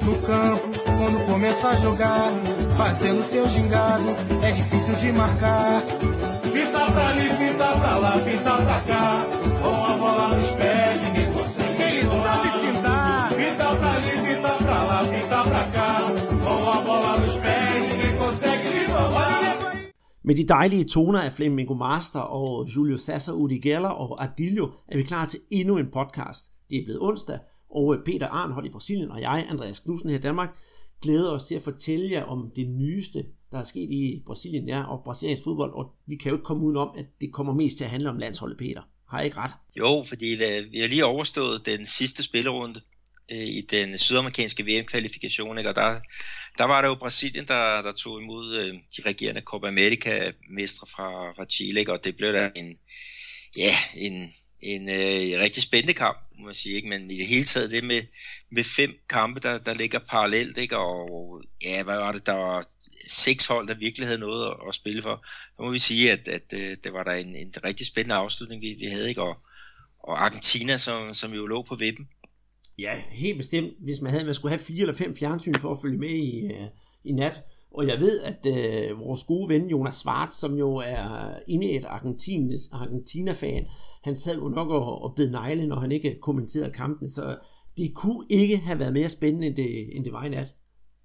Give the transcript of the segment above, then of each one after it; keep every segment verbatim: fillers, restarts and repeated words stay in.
No campo, quando começa a jogar, fazendo seu gingado, é difícil de marcar. Fita pra ali, fita pra lá, fita pra cá, com a bola nos pés, ninguém consegue. Ele sabe fintar. Fita pra ali, fita pra lá, fita pra cá, com a bola nos pés, ninguém consegue lhe roubar. Med de dejlige toner af Flamengo Master og Julio César Udi Geller og Adilio er vi klar til endnu en podcast. Det er blevet onsdag, og Peter Arnhold i Brasilien og jeg, Andreas Knudsen her i Danmark, glæder os til at fortælle jer om det nyeste, der er sket i Brasilien ja, og brasiliansk fodbold, og vi kan jo ikke komme udenom, at det kommer mest til at handle om landsholdet, Peter. Har jeg ikke ret? Jo, fordi vi har lige overstået den sidste spillerunde i den sydamerikanske V M-kvalifikation, ikke? Og der, der var det jo Brasilien, der, der tog imod øh, de regerende Copa America-mestre fra, fra Chile, ikke? Og det blev der en, ja, en, en øh, rigtig spændende kamp, må man sige, ikke? Men i det hele taget det med, med fem kampe, der, der ligger parallelt, ikke? Og ja, hvad var det, der var seks hold, der virkelig havde noget at, at spille for. Så må vi sige, at, at, at det var der en, en rigtig spændende afslutning, vi, vi havde, ikke? Og, og Argentina, som, som jo lå på vippen. Ja, helt bestemt, hvis man havde, man skulle have fire eller fem fjernsyn for at følge med i, uh, i nat. Og jeg ved, at uh, vores gode ven Jonas Schwartz, som jo er inde i et Argentina-fan, han sad jo nok og, og bed negle, når han ikke kommenterede kampene. Så det kunne ikke have været mere spændende, end det, end det var i nat.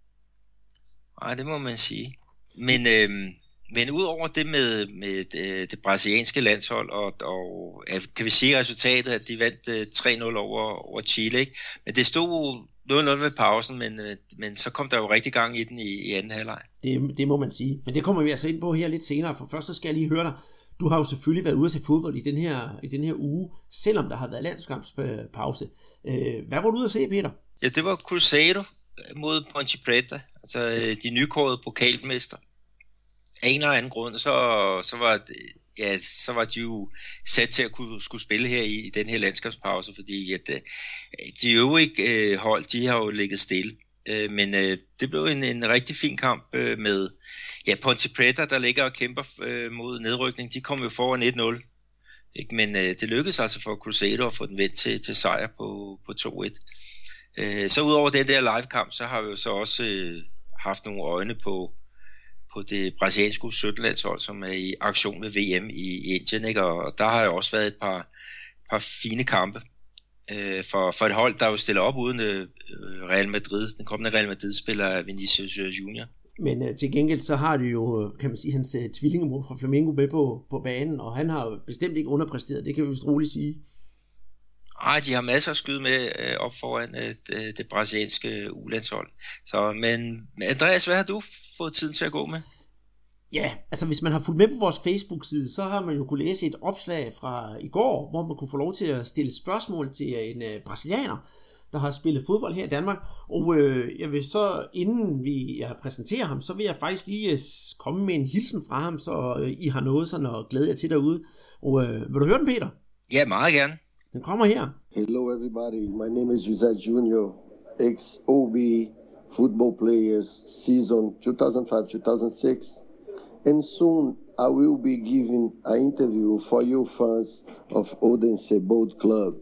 Nej, det må man sige. Men... Øhm Men udover det med, med det, det brasilianske landshold, og, og kan vi sige resultatet, at de vandt tre nul over, over Chile, ikke? Men det stod nul nul ved pausen, men, men så kom der jo rigtig gang i den i, i anden halvleg. Det, det må man sige. Men det kommer vi altså ind på her lidt senere, for først så skal jeg lige høre dig. Du har jo selvfølgelig været ude at se fodbold i den her, i den her uge, selvom der har været landskampspause. Hvad var du ude at se, Peter? Ja, det var Cruzeiro mod Ponte Preta, altså de nykårede pokalmester. Af en eller anden grund, så, så, var, ja, så var de jo sat til at kunne skulle spille her i, i den her landskabspause, fordi at, de øvrige øh, hold, de har jo ligget stille. Øh, men øh, det blev en, en rigtig fin kamp øh, med ja, Ponte Preta, der ligger og kæmper øh, mod nedrykning. De kom jo foran et nul, ikke? Men øh, det lykkedes altså for Cruzeiro at få den vendt til, til sejr på, på to et. Øh, så udover den der live-kamp, så har vi jo så også øh, haft nogle øjne på på det brasilianske U sytten-landshold, som er i aktion med V M i, i Indien, ikke? Og der har jo også været et par, par fine kampe øh, for, for et hold, der jo stiller op uden øh, Real Madrid. Den kommende Real Madrid-spiller Vinicius Junior Men øh, til gengæld så har de jo, kan man sige, hans øh, tvillingebror fra Flamengo med på, på banen, og han har jo bestemt ikke underpræsteret, det kan vi vist roligt sige. Nej, de har masser at skyde med øh, op foran øh, det, det brasilianske U-landshold. Så, men Andreas, hvad har du fået tiden til at gå med? Ja, altså hvis man har fulgt med på vores Facebook-side, så har man jo kunne læse et opslag fra i går, hvor man kunne få lov til at stille spørgsmål til en øh, brasilianer, der har spillet fodbold her i Danmark. Og øh, jeg vil så, inden vi jeg præsenterer ham, så vil jeg faktisk lige øh, komme med en hilsen fra ham, så øh, I har noget sådan at glæde jer til derude. Og øh, vil du høre den, Peter? Ja, meget gerne. Den kommer her. Hello everybody, my name is José Junior, ex-O B football players season two thousand five two thousand six, and soon I will be giving an interview for you fans of Odense Boat Club.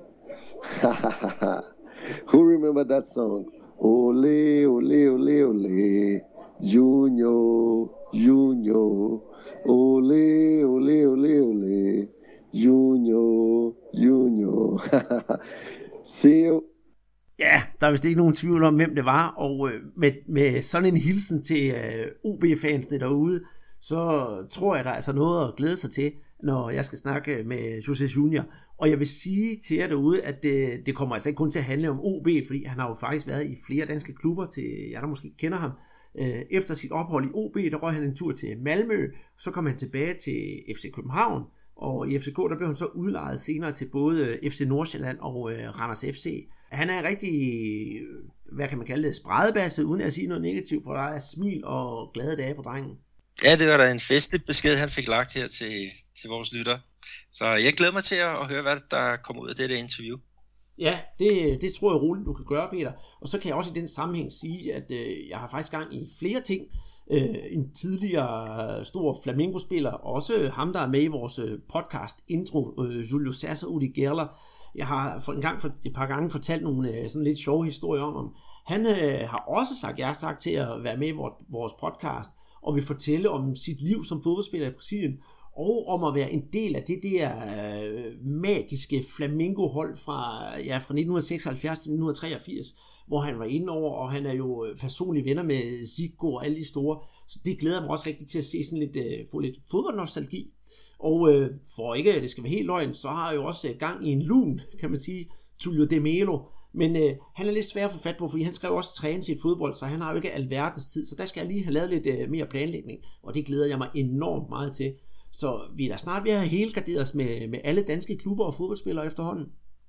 Who remember that song? Ole, ole, ole, ole, Junior, Junior, ole, ole, ole, ole, Junior, Junior. See you. Ja, der er vist ikke nogen tvivl om, hvem det var, og øh, med, med sådan en hilsen til øh, O B-fansene derude, så tror jeg, der er altså noget at glæde sig til, når jeg skal snakke med José Junior. Og jeg vil sige til jer derude, at det, det kommer altså ikke kun til at handle om O B, fordi han har jo faktisk været i flere danske klubber, til jer der måske kender ham. Efter sit ophold i O B, der røg han en tur til Malmø, så kom han tilbage til F C København, og i F C K, der blev han så udlejet senere til både F C Nordsjælland og øh, Randers F C. Han er rigtig, hvad kan man kalde det, spredebasset, uden at sige noget negativt, for der er smil og glade dage på drengen. Ja, det var da en festlig besked, han fik lagt her til, til vores lytter. Så jeg glæder mig til at høre, hvad der kommer ud af det der interview. Ja, det, det tror jeg roligt, du kan gøre, Peter. Og så kan jeg også i den sammenhæng sige, at øh, jeg har faktisk gang i flere ting. Øh, en tidligere stor Flamengo-spiller, også ham, der er med i vores podcast intro, øh, Julio César Udi Geller. Jeg har for en gang for, et par gange fortalt nogle øh, sådan lidt sjove historier om ham. Han øh, har også sagt ja sagt til at være med i vores, vores podcast, og vil fortælle om sit liv som fodboldspiller i Brasilien, og om at være en del af det der øh, magiske Flamengo-hold fra, ja, fra nitten seksoghalvfjerds til nitten treogfirs, hvor han var inde over, og han er jo personlige venner med Zico og alle de store, så det glæder mig også rigtig til at se sådan lidt, øh, få lidt fodboldnostalgi. Og øh, for ikke at det skal være helt løgn, så har jeg jo også gang i en lun, kan man sige, Tullio de Melo. Men øh, han er lidt svær at få fat på, fordi han skrev også træne til et fodbold, så han har jo ikke alverdens tid. Så der skal jeg lige have lavet lidt øh, mere planlægning, og det glæder jeg mig enormt meget til. Så vi er da snart ved at have helgarderet os med, med alle danske klubber og fodboldspillere efterhånden.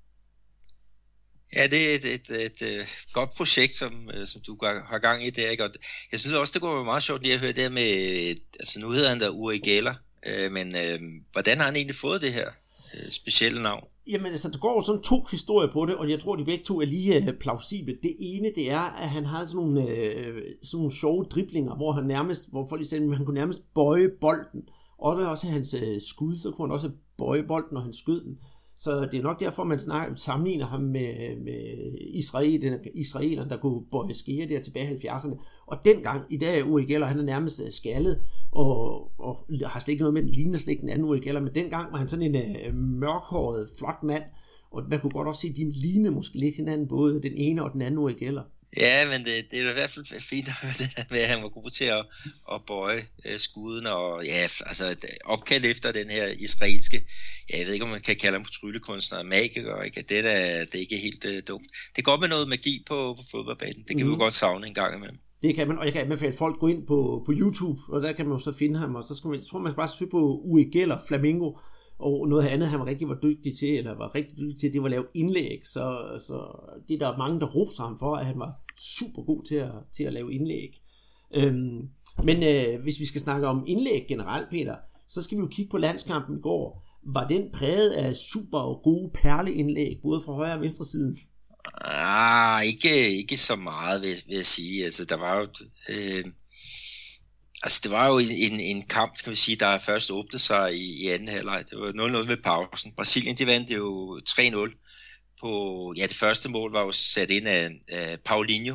Ja, det er et, et, et, et godt projekt, som, som du har gang i der, ikke? Og jeg synes også, det kunne være meget sjovt lige at høre det med, altså nu hedder han der Uri Geller, øh, men øh, hvordan har han egentlig fået det her øh, specielle navn? Jamen altså, der går jo sådan to historier på det, og jeg tror, de begge to er lige øh, plausible. Det ene, det er, at han havde sådan nogle, øh, sådan nogle sjove driblinger, hvor han nærmest, hvor folk sagde, at han kunne nærmest bøje bolden. Og det er også hans øh, skud, så kunne han også bøje bolden, når han skød den. Så det er nok derfor, man snakker, sammenligner ham med, med Israel, israelerne, der kunne bøje skeer der tilbage i halvfjerdserne. Og dengang, i dag er Uri Geller, han er nærmest skaldet, og, og har slet ikke noget med, ligner slet ikke den anden Uri Geller, men dengang var han sådan en øh, mørkhåret, flot mand, og man kunne godt også se, at de lignede måske lidt hinanden, både den ene og den anden Uri Geller. Ja, men det, det er i hvert fald fint at høre det med, at han var god til at, at bøje øh, skuden, og ja, altså opkald efter den her israelske, ja, jeg ved ikke, om man kan kalde ham tryllekunstner, magiker, ikke? Det er da, det er ikke helt uh, dumt. Det er godt med noget magi på, på fodboldbanen, det kan mm. vi jo godt savne en gang imellem. Det kan man, og jeg kan anbefale folk gå ind på, på YouTube, og der kan man jo så finde ham, og så skal man, jeg tror man bare søge på Uri Geller, Flamengo, og noget andet, han var rigtig var dygtig til, eller var rigtig dygtig til, det var at lave indlæg, så, så det der er mange, der råbte ham for, at han var super god til at, til at lave indlæg. Øhm, men øh, hvis vi skal snakke om indlæg generelt, Peter, så skal vi jo kigge på landskampen i går. Var den præget af super gode perleindlæg, både fra højre og venstre siden? Ah, ikke, ikke så meget, vil, vil jeg sige. Altså, der var jo... Øh... Altså, det var jo en, en kamp, kan vi sige, der først åbnede sig i, i anden halvleg. Det var nul nul ved pausen. Brasilien, de vandt jo tre nul. På, ja, det første mål var jo sat ind af, af Paulinho,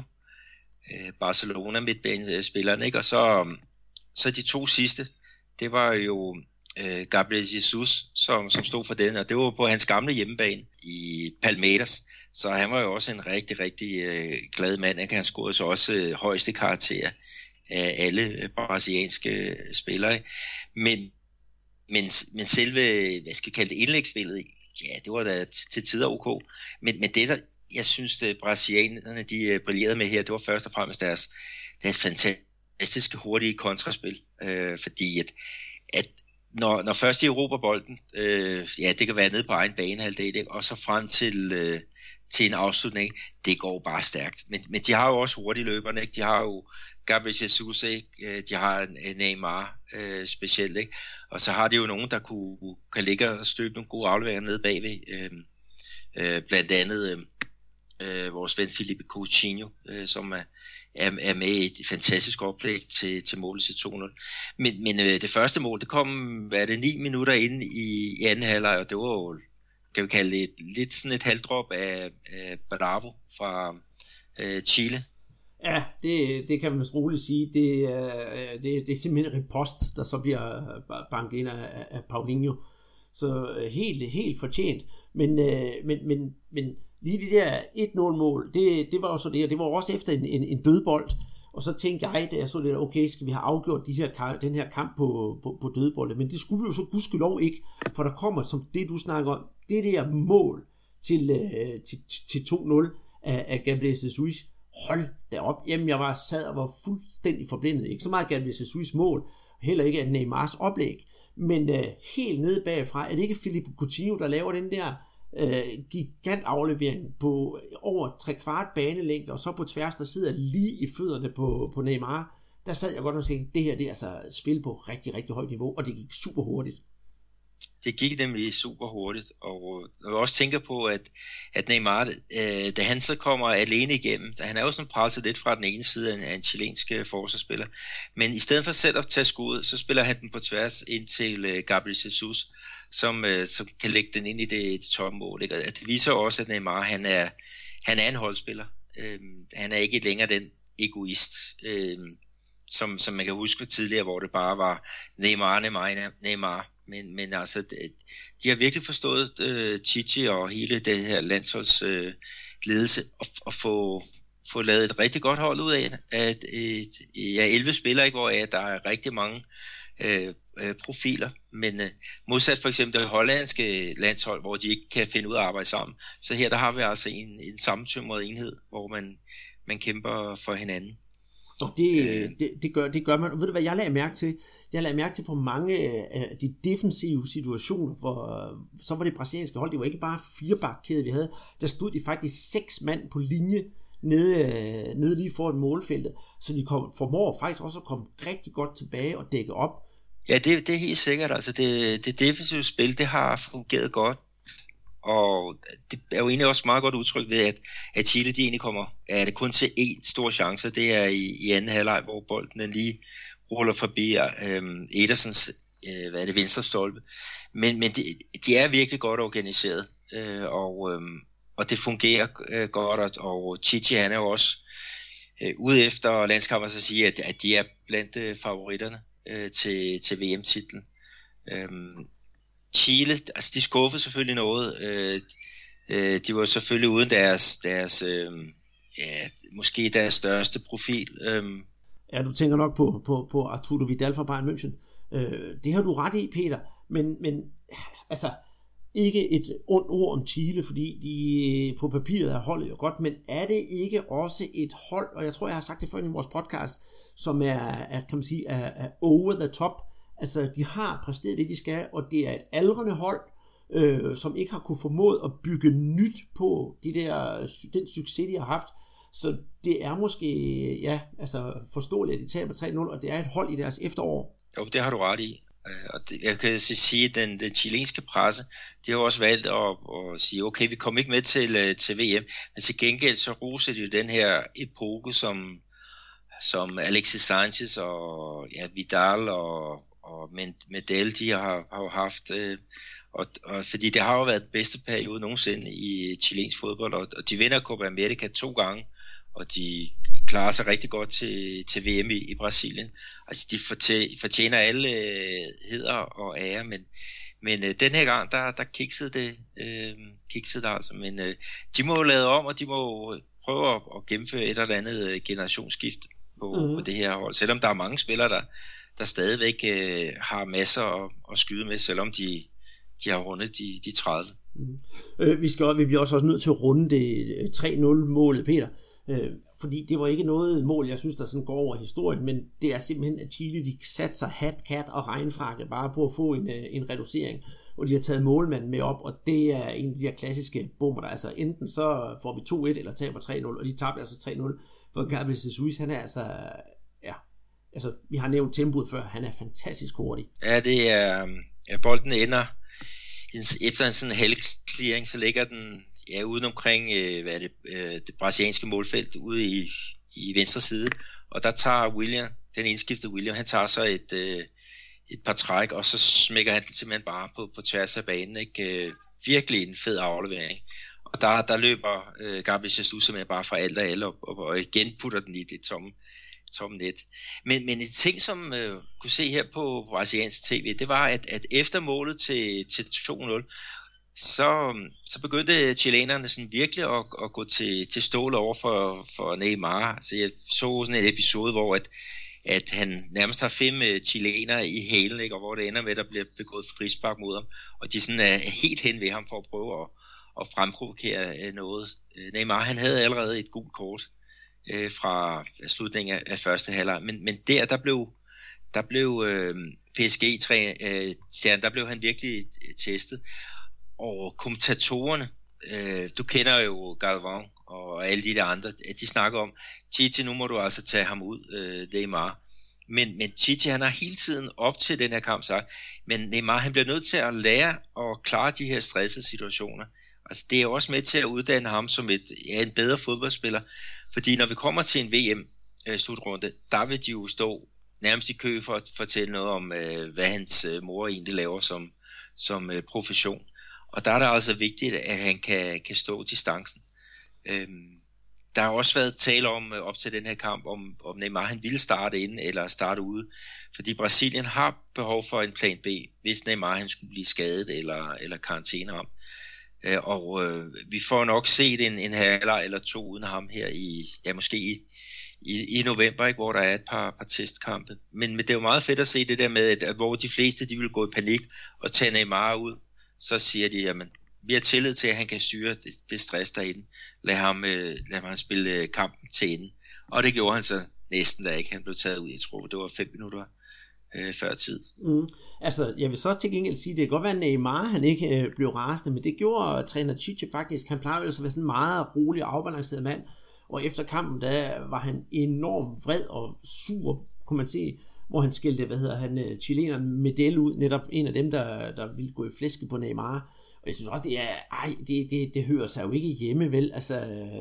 øh, Barcelona midtbanespilleren, ikke? Og så, så de to sidste, det var jo øh, Gabriel Jesus, som, som stod for den, og det var på hans gamle hjemmebane i Palmeiras. Så han var jo også en rigtig, rigtig øh, glad mand. Han scorede så også øh, højeste karakter af alle brasilianske spillere. Men, men, men selve, hvad skal vi kalde det, indlægsspillet, ja, det var da til tider ok. Men, men det, der jeg synes, at brasilianerne de brillerede med her, det var først og fremmest deres, deres fantastiske hurtige kontraspil. Øh, fordi at, at når, når først de erobrer bolden, øh, ja, det kan være nede på egen banehalvdel, ikke? Og så frem til... Øh, til en afslutning, det går bare stærkt. Men, men de har jo også hurtige løberne, ikke? De har jo Gabriel Jesus, ikke? De har Neymar øh, specielt, ikke? Og så har de jo nogen, der kunne, kan ligge og støbe nogle gode afleveringer nede bagved. Øh, øh, blandt andet øh, vores ven Felipe Coutinho, øh, som er, er, er med i et fantastisk oplæg til, til målet til to nul. Men, men øh, det første mål, det kom, hvad er det, ni minutter inde i, i anden halvleg, og det var jo, kan vi kalde det, lidt sådan et halvdrop af, af Bravo fra øh, Chile. Ja, det, det kan man vist roligt sige. Det, øh, det, det er simpelthen en ripost, der så bliver banket ind af, af Paulinho. Så helt, helt fortjent. Men, øh, men, men, men lige det der et nul mål, det, det var jo så det, og det var også efter en, en, en dødbold. Og så tænkte jeg, da jeg så det, okay, skal vi have afgjort de her, den her kamp på, på, på dødbolde? Men det skulle vi jo så gudskelov ikke, for der kommer, som det du snakker om, det der mål til, øh, til, til to nul af, af Gabriel Jesus. Hold da op. Jamen, jeg var sad og var fuldstændig forblindet. Ikke så meget Gabriel Jesus mål, heller ikke af Neymars oplæg, men øh, helt nede bagfra, er det ikke Felipe Coutinho, der laver den der øh, gigant aflevering på over tre kvart banelængde, og så på tværs, der sidder lige i fødderne på, på Neymar. Der sad jeg godt og tænkte, det her det er altså spil på rigtig, rigtig højt niveau, og det gik super hurtigt. Det gik nemlig super hurtigt, og når jeg også tænker på, at, at Neymar, øh, da han så kommer alene igennem, da han er jo sådan presset lidt fra den ene side af en, af en chilensk forsvarsspiller, men i stedet for selv at tage skuddet, så spiller han den på tværs ind til øh, Gabriel Jesus, som, øh, som kan lægge den ind i det, det tomme mål. Ikke? Og det viser også, at Neymar, han er, han er en holdspiller. Øh, han er ikke længere den egoist, øh, som, som man kan huske tidligere, hvor det bare var Neymar, Neymar, Neymar. Men, men altså, de har virkelig forstået øh, Tite og hele det her landsholds øh, ledelse at, at få, få lavet et rigtig godt hold ud af, at et, ja, elleve spillere, ikke, hvor der er rigtig mange øh, øh, profiler, men øh, modsat for eksempel det hollandske landshold, hvor de ikke kan finde ud af at arbejde sammen. Så her der har vi altså en, en sammentømret enhed, hvor man, man kæmper for hinanden. Og det, øh, det, det, gør, det gør man. Og ved du hvad, jeg lagde mærke til? Jeg lagde mærke til på mange af de defensive situationer, hvor så var det brasilianske hold, det var ikke bare firebakkæde, vi havde. Der stod de faktisk seks mand på linje nede, nede lige foran målfeltet, så de kom, formår faktisk også at komme rigtig godt tilbage og dække op. Ja, det, det er helt sikkert. Altså det, det defensive spil, det har fungeret godt. Og det er jo egentlig også meget godt udtryk ved, at, at Chile, de egentlig kommer, er det kun til én stor chance, det er i, i anden halvleg, hvor bolden er lige ruller forbi øhm, Edersons, øh, hvad er det, venstre stolpe. Men, men de, de er virkelig godt organiseret, øh, og, øhm, og det fungerer øh, godt, og, og Tite, han er jo også øh, ude efter landskampen at sige, at, at de er blandt øh, favoritterne øh, til, til V M-titlen. Øhm, Chile, altså de skuffede selvfølgelig noget. Øh, øh, de var selvfølgelig uden deres, deres øh, ja, måske deres største profil. Øh. Ja, du tænker nok på, på, på Arturo Vidal fra Bayern München. Øh, det har du ret i, Peter. Men, men altså, ikke et ondt ord om Chile, fordi de på papiret er holdet jo godt, men er det ikke også et hold, og jeg tror, jeg har sagt det før i vores podcast, som er, er kan man sige, er, er over the top. Altså, de har præsteret det, de skal, og det er et aldrende hold, øh, som ikke har kunne formået at bygge nyt på de der, den succes, de har haft. Så det er måske, ja, altså forståeligt, at de taber tre nul, og det er et hold i deres efterår. Jo, det har du ret i. Og det, jeg kan sige, at den, den chilenske presse, de har også valgt at, at sige, okay, vi kommer ikke med til, til V M, men til gengæld så roser de jo den her epoke, som, som Alexis Sanchez og ja, Vidal og og Medel, de har, har jo haft, øh, og, og, fordi det har jo været den bedste periode nogensinde i chilensk fodbold, og, og de vinder Copa America to gange, og de klarer sig rigtig godt til, til V M i, i Brasilien. Altså de fortjener alle øh, heder og ære, men, men øh, den her gang, der, der kiksede det, øh, kiksede det altså, men øh, de må jo lade om, og de må prøve at, at gennemføre et eller andet generationsskift på, mm. på det her hold, selvom der er mange spillere, der der stadigvæk øh, har masser at, at skyde med, selvom de, de har rundet de, de tredive. Mm. Øh, vi, skal, vi bliver også, også nødt til at runde det tre nul målet, Peter. Øh, fordi det var ikke noget mål, jeg synes, der sådan går over historien, men det er simpelthen, at Chile, de satte sig hat, kat og regnfrakke bare på at få en, en reducering, og de har taget målmanden med op, og det er en af de her klassiske bomber, der altså enten så får vi to et, eller taber tre nul, og de tabte altså tre nul, for Gabriel Jesus, han er altså, ja, altså, vi har nævnt tempoet før, han er fantastisk hurtig. Ja, det er, ja, bolden ender, efter en sådan halvclearing, så ligger den, ja, uden omkring, øh, hvad er det, øh, det brasilianske målfelt, ude i, i venstre side, og der tager William, den indskiftede William, han tager så et, øh, et par træk, og så smækker han den simpelthen bare på, på tværs af banen, ikke? Øh, virkelig en fed aflevering. Og der, der løber øh, Gabriel Jesus simpelthen bare fra alt og alle, og, og, og igen putter den i det tomme, tomme net. Men, men en ting, som øh, kunne se her på brasiliansk tv, det var, at, at efter målet til, til to nul, så, så begyndte chilenerne sådan virkelig at, at gå til, til stålet over for, for Neymar. Så jeg så sådan en episode, hvor at, at han nærmest har fem uh, chilenere i hælen, ikke? Og hvor det ender med, at der bliver begået frispark mod ham, og de sådan er helt hen ved ham for at prøve at, at fremprovokere uh, noget. Uh, Neymar, han havde allerede et gult kort uh, fra slutningen af, af første halvleg, men, men der, der blev, der blev uh, P S G-stjernen, uh, der blev han virkelig testet. Og kommentatorerne, øh, du kender jo Galvão og alle de der andre, de snakker om, Tite, nu må du altså tage ham ud, øh, Neymar. Men, men Tite, han har hele tiden op til den her kamp sagt, men Neymar, han bliver nødt til at lære at klare de her stressede situationer. Altså det er jo også med til at uddanne ham som et, ja, en bedre fodboldspiller, fordi når vi kommer til en V M-slutrunde, der vil de jo stå nærmest i kø for at fortælle noget om, øh, hvad hans øh, mor egentlig laver som, som øh, profession. Og der er det altså vigtigt, at han kan, kan stå distancen. Øhm, der har også været tale om op til den her kamp, om, om Neymar han ville starte inde eller starte ude. Fordi Brasilien har behov for en plan B, hvis Neymar han skulle blive skadet eller, eller karantæne ham. Øh, og øh, vi får nok set en, en halvleg eller to uden ham her i, ja måske i, i, i november, ikke, hvor der er et par, par testkampe. Men, men det er jo meget fedt at se det der med, at, at hvor de fleste de vil gå i panik og tage Neymar ud, så siger de, jamen vi har tillid til, at han kan styre det, det stress derinde. Lad ham, øh, lad ham spille kampen til ende. Og det gjorde han så næsten da ikke. Han blev taget ud, jeg tror det var fem minutter øh, før tid. Mm. Altså, jeg vil så til gengæld sige, det kan godt være, at Neymar han ikke øh, blev rasende, men det gjorde træner Tite faktisk. Han plejer jo at være sådan en meget rolig og afbalanceret mand, og efter kampen, der var han enormt vred og sur, kunne man se, hvor han skældte, hvad hedder han, chileneren Medel ud, netop en af dem, der, der ville gå i flæske på Neymar. Og jeg synes også, det er, ej, det, det, det hører sig jo ikke hjemme, vel? Altså,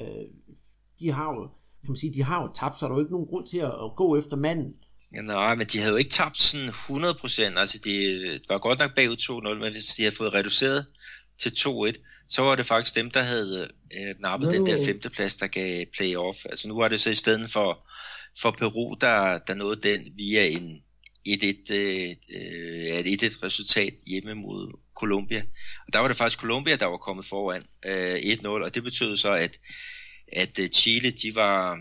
de har jo, kan man sige, de har jo tabt, så er der jo ikke nogen grund til at, at gå efter manden. Ja, nej, men de havde jo ikke tabt sådan hundrede procent, altså de var godt nok bagud to nul, men hvis de havde fået reduceret til to et, så var det faktisk dem, der havde øh, nappet no. den der femteplads, der gav playoff. Altså nu var det så i stedet for, for Peru, der, der nåede den via en et et, øh, et et et resultat hjemme mod Colombia. Og der var det faktisk Colombia, der var kommet foran øh, et nul, og det betød så, at, at Chile, de var,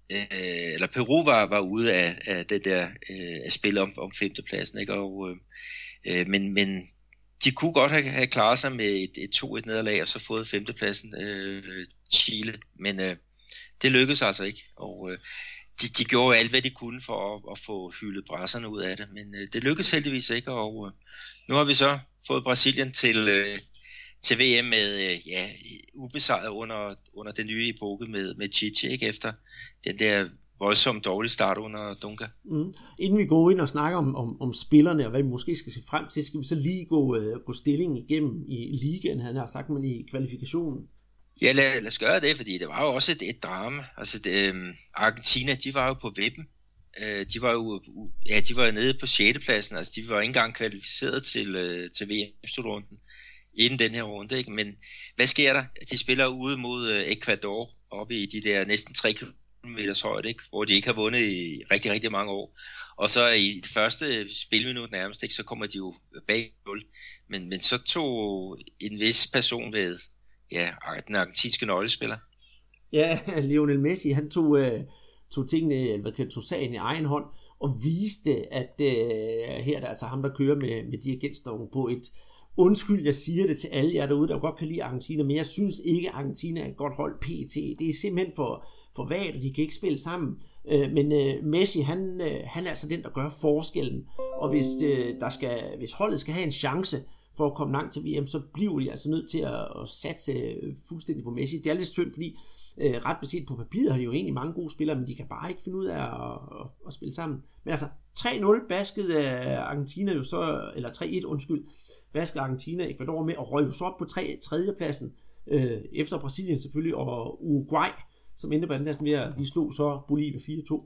øh, eller Peru var, var ude af, af det der øh, at spille om, om femtepladsen, ikke? Og, øh, men, men de kunne godt have, have klaret sig med et, et to et nederlag, og så fået femtepladsen øh, Chile, men øh, det lykkedes altså ikke, og øh, de, de gjorde alt, hvad de kunne for at, at få hyldet brasserne ud af det, men øh, det lykkedes heldigvis ikke, og øh, nu har vi så fået Brasilien til, øh, til V M med øh, ja, ubesejret under, under den nye epoke med, med Tite, ikke, efter den der voldsomt dårlig start under Dunga. Mm. Inden vi går ind og snakker om, om, om spillerne og hvad vi måske skal se frem til, skal vi så lige gå, øh, gå stillingen igennem i ligaen, han har sagt, men i kvalifikationen. Ja, lad, lad os gøre det, fordi det var jo også et, et drama. Altså, det, øh, Argentina, de var jo på vippen. Øh, de var jo ja, de var jo nede på sjette pladsen. Altså, de var ikke engang kvalificeret til, øh, til V M-slutrunden inden den her runde, ikke? Men hvad sker der? De spiller ude mod øh, Ecuador, oppe i de der næsten tre kilometers højde, ikke? Hvor de ikke har vundet i rigtig, rigtig mange år. Og så i det første spilminut nærmest, ikke, så kommer de jo bag nul. Men, men så tog en vis person ved ja, den argentinske nøglespiller. Ja, Lionel Messi, han tog, øh, tog tingene, eller tog sagen i egen hånd, og viste, at øh, her er der altså ham, der kører med, med dirigentstokken på et, undskyld, jeg siger det til alle jer derude, der godt kan lide Argentina, men jeg synes ikke, at Argentina er et godt hold P T. Det er simpelthen for, for vagt, og de kan ikke spille sammen. Øh, men øh, Messi, han, øh, han er altså den, der gør forskellen, og hvis, øh, der skal, hvis holdet skal have en chance for at komme langt til V M, så bliver de altså nødt til at, at satse fuldstændig på Messi. Det er lidt synd, fordi øh, ret beset på papiret har de jo egentlig mange gode spillere, men de kan bare ikke finde ud af at, at, at spille sammen. Men altså tre nul basket af Argentina jo så, eller tre et undskyld, basket Argentina Ecuador med, og røg jo så op på tre, tredjepladsen, øh, efter Brasilien selvfølgelig, og Uruguay, som endte på andenpladsen ved at de slog så Bolivia fire to.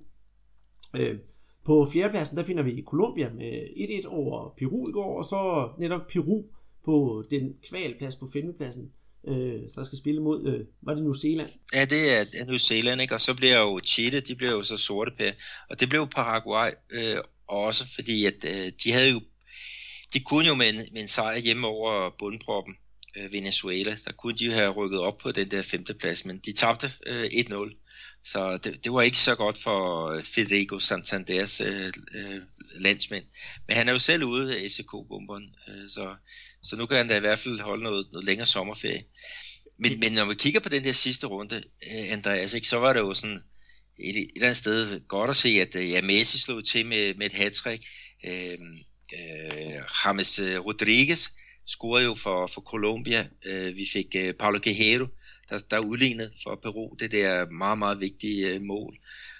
Øh, På fjerdepladsen, der finder vi Colombia med et et over Peru i går, og så netop Peru på den kvalplads på femtepladsen, øh, så skal spille mod, øh, var det New Zealand? Ja, det er New Zealand, ikke? Og så bliver jo Chile, de bliver jo så sorte pære, og det blev Paraguay øh, også, fordi at øh, de havde jo, de kunne jo med en, med en sejr hjemme over bundproppen, øh, Venezuela, der kunne de have rykket op på den der femteplads, men de tabte øh, et nul. Så det, det var ikke så godt for Federico Santanders øh, øh, landsmænd. Men han er jo selv ude af F C K-bomberen, øh, så, så nu kan han da i hvert fald holde noget, noget længere sommerferie. Men, men når vi kigger på den der sidste runde, øh, Andreas, ikke, så var det jo sådan et, et eller andet sted godt at se, at øh, ja, Messi slog til med, med et hattrick. Øh, øh, James Rodriguez scorede jo for, for Colombia. Øh, vi fik øh, Paulo Guerrero, Der, der er udlignet for Peru, det der meget, meget vigtige øh, mål.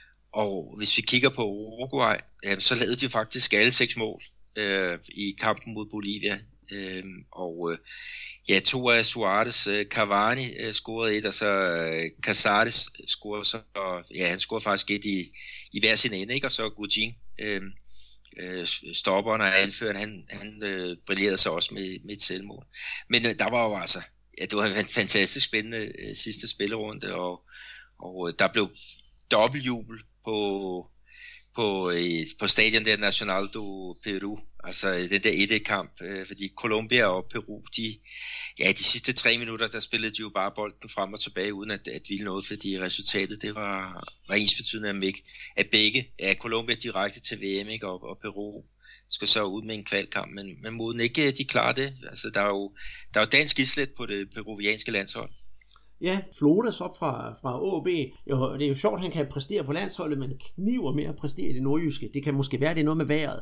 Og hvis vi kigger på Uruguay, øh, så lavede de faktisk alle seks mål øh, i kampen mod Bolivia. Øh, og øh, ja, to af Suarez, øh, Cavani øh, scorede et, og så øh, Casares scorede så, og, ja, han scorede faktisk et i, i hver sin ende, ikke? Og så Gugin, øh, øh, stopperen og anføreren, han, han øh, brillerede så også med, med et selvmål. Men øh, der var jo altså, ja, det var en fantastisk spændende øh, sidste spillerunde, og, og øh, der blev dobbeltjubel på på øh, på stadion der Nacional do Peru, altså den der et et kamp, øh, fordi Colombia og Peru, de ja, de sidste tre minutter, der spillede de jo bare bolden frem og tilbage, uden at, at ville noget, fordi resultatet, det var, var ensbetydende af, mig, af begge, af Colombia direkte til V M, ikke, og, og Peru skal så ud med en kvalkamp, men, men moden ikke, de klarer det. Altså, der er jo, der er jo dansk islet på det peruvianske landshold. Ja, Flotas op fra, fra A B. Jo, det er jo sjovt, at han kan præstere på landsholdet, men kniver med at præstere i det nordjyske. Det kan måske være, det er noget med vejret.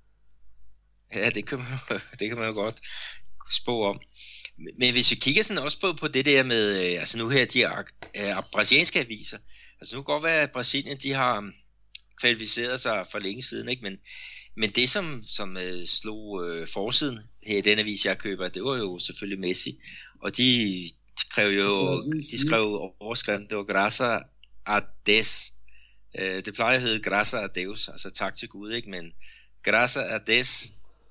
Ja, det kan man, det kan man jo godt spå om. Men hvis vi kigger sådan også på, på det der med, altså nu her de er, brasilianske aviser, altså nu kan godt være, at Brasilien, de har kvalificeret sig for længe siden, ikke? Men, men det som, som uh, slog uh, forsiden her i den avis, jeg køber, det var jo selvfølgelig Messi, og de skrev jo, de skrev overskriften, det var Graças a Deus. Uh, det plejer at hedde Graças a Deus, altså tak til Gud, ikke? Men Graças a Deus,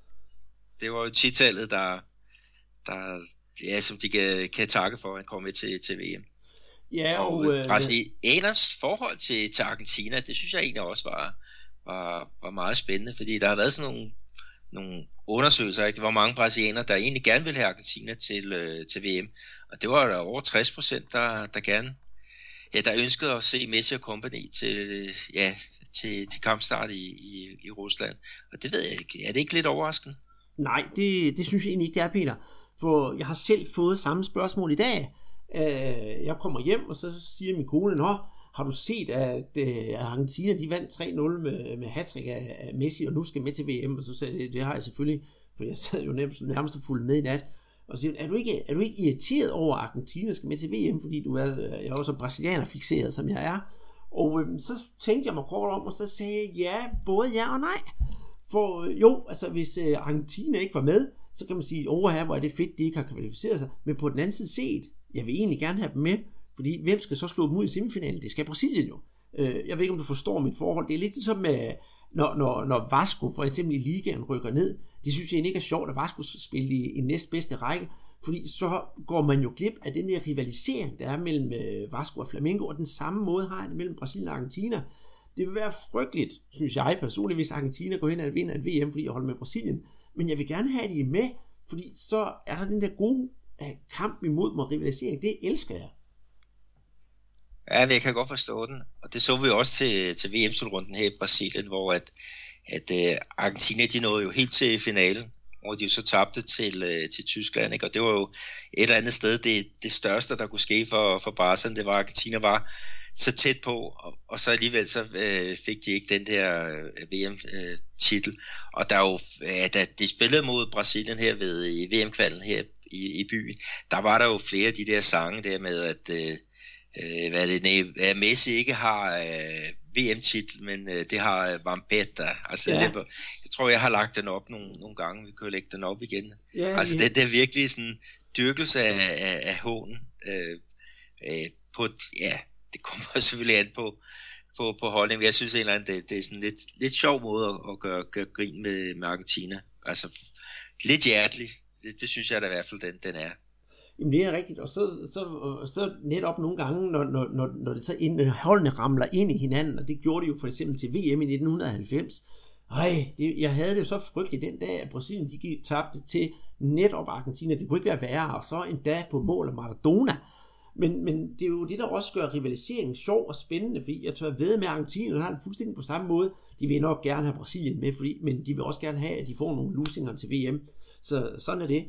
det var jo titallet, der der, ja, som de kan, kan takke for at komme med til, til V M. Ja, og, og øh, brasilianernes forhold til, til Argentina, det synes jeg egentlig også var, var, var meget spændende, fordi der har været sådan nogle, nogle undersøgelser, ikke, hvor mange brasilianere, der egentlig gerne vil have Argentina til, øh, til V M, og det var der over tres procent, der, der gerne, ja, der ønskede at se Messi og company til, ja, til, til kampstart i, i, i Rusland, og det ved jeg ikke, er det ikke lidt overraskende? Nej, det, det synes jeg egentlig ikke, det er, Peter. For jeg har selv fået samme spørgsmål i dag. Øh, jeg kommer hjem, og så siger min kone, nå, har du set, at øh, Argentina, de vandt tre nul med, med hattrick af, af Messi, og nu skal med til V M? Og så sagde jeg, det, det har jeg selvfølgelig, for jeg sad jo nærmest, nærmest fuldt med i nat. Og så siger er du ikke, er du ikke irriteret over, at Argentina skal med til V M, fordi du er, jeg er også brasilianer fixeret, som jeg er? Og øh, så tænkte jeg mig kort om, og så sagde jeg, ja, både ja og nej. For jo, altså hvis øh, Argentina ikke var med, så kan man sige, åh her, hvor er det fedt, de ikke har kvalificeret sig. Men på den anden side set, jeg vil egentlig gerne have dem med, fordi hvem skal så slå dem ud i semifinalen? Det skal Brasilien jo. Øh, jeg ved ikke, om du forstår mit forhold. Det er lidt ligesom, med, når, når, når Vasco for eksempel i ligaen rykker ned. Det synes jeg egentlig ikke er sjovt, at Vasco skal spille i, i næstbedste række, fordi så går man jo glip af den der rivalisering, der er mellem øh, Vasco og Flamengo, og den samme måde har det mellem Brasilien og Argentina. Det vil være frygteligt, synes jeg personligt, hvis Argentina går hen og vinder et V M, fordi jeg holder med Brasilien. Men jeg vil gerne have, at de er med, fordi så er der den der gode kamp imod mig, rivalisering. Det elsker jeg. Ja, jeg kan godt forstå den. Og det så vi også til, til V M-slutrunden her i Brasilien, hvor at, at uh, Argentina, de nåede jo helt til finalen, hvor de jo så tabte til, uh, til Tyskland. Ikke? Og det var jo et eller andet sted, det, det største, der kunne ske for, for Barca, det var, at Argentina var så tæt på, og, og så alligevel så øh, fik de ikke den der øh, V M-titel. Øh, og der er jo, øh, da de spillede mod Brasilien her ved i V M-kvalen her i, i byen, der var der jo flere af de der sange der med, at øh, hvad det, nej, Messi ikke har øh, V M-titel, men øh, det har øh, Vampeta. Altså, ja. det, jeg tror, jeg har lagt den op nogle, nogle gange, vi kan lægge den op igen. Ja, altså, ja. det, det er virkelig sådan dyrkelse af, af, af hånen øh, øh, på, ja, det kommer selvfølgelig an på, på, på holdning. Jeg synes egentlig, det, det er sådan lidt, lidt sjov måde at, at gøre, gøre grin med, med Argentina. Altså lidt hjertelig. Det, det synes jeg da i hvert fald, den, den er. Jamen det er rigtigt, og så, så, så netop nogle gange, når, når, når, når det så ind, holdene ramler ind i hinanden, og det gjorde de jo for eksempel til V M i nitten halvfems. Ej, det, jeg havde det så frygteligt den dag, at Brasilien de gik tabte til netop Argentina. Det kunne ikke være værre, og så endda på mål af Maradona. Men, men det er jo det, der også gør rivaliseringen sjov og spændende, fordi jeg tør ved med Argentina, og har det fuldstændig på samme måde. De vil nok gerne have Brasilien med, fordi, men de vil også gerne have, at de får nogle losinger til V M. Så sådan er det.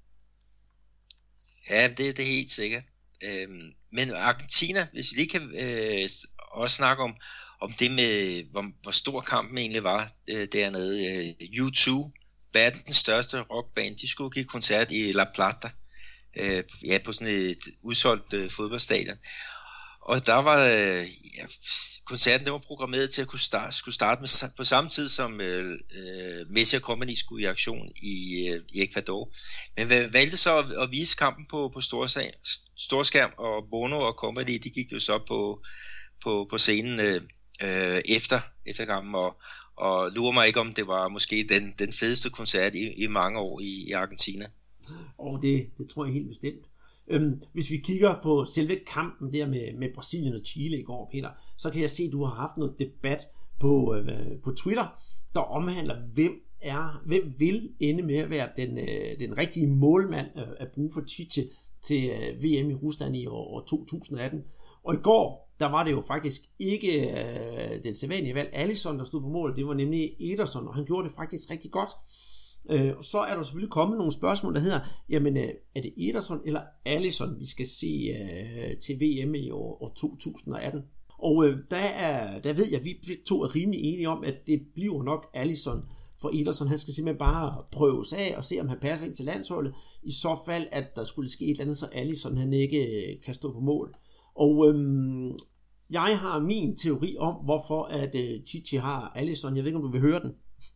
Ja, det, det er helt sikkert. Øhm, men Argentina, hvis vi lige kan øh, også snakke om, om det med, hvor, hvor stor kampen egentlig var øh, dernede. Øh, U to, verdens største rockband, de skulle give koncert i La Plata. Øh, ja, på sådan et udsolgt øh, fodboldstadion. Og der var øh, ja, koncerten, der var programmeret til at kunne starte, skulle starte med, på samme tid som øh, øh, Messi og Company skulle i aktion i, øh, i Ecuador. Men valgte så at, at vise kampen på, på storskærm, og Bono og Company, de gik jo så på, på, på scenen øh, øh, efter, efter kampen, og, og lurer mig ikke om det var måske den, den fedeste koncert i, i mange år i, i Argentina. Og det, det tror jeg helt bestemt. Øhm, hvis vi kigger på selve kampen der med, med Brasilien og Chile i går, Peter, så kan jeg se, at du har haft noget debat på, øh, på Twitter, der omhandler, hvem er, hvem vil ende med at være den, øh, den rigtige målmand øh, at bruge for Tite til øh, V M i Rusland i år, år to tusind atten. Og i går, der var det jo faktisk ikke øh, den sædvanlige valg, Alisson, der stod på mål. Det var nemlig Ederson, og han gjorde det faktisk rigtig godt. Øh, så er der selvfølgelig kommet nogle spørgsmål, der hedder, jamen øh, er det Ederson eller Alisson, vi skal se øh, til V M i år, år to tusind atten? Og øh, der, er, der ved jeg, at vi to er rimelig enige om, at det bliver nok Alisson. For Ederson, han skal simpelthen bare prøves af og se, om han passer ind til landsholdet. I så fald, at der skulle ske et eller andet, så Alisson han ikke øh, kan stå på mål. Og øhm, jeg har min teori om, hvorfor at øh, Tite har Alisson. Jeg ved ikke, om du vil høre den.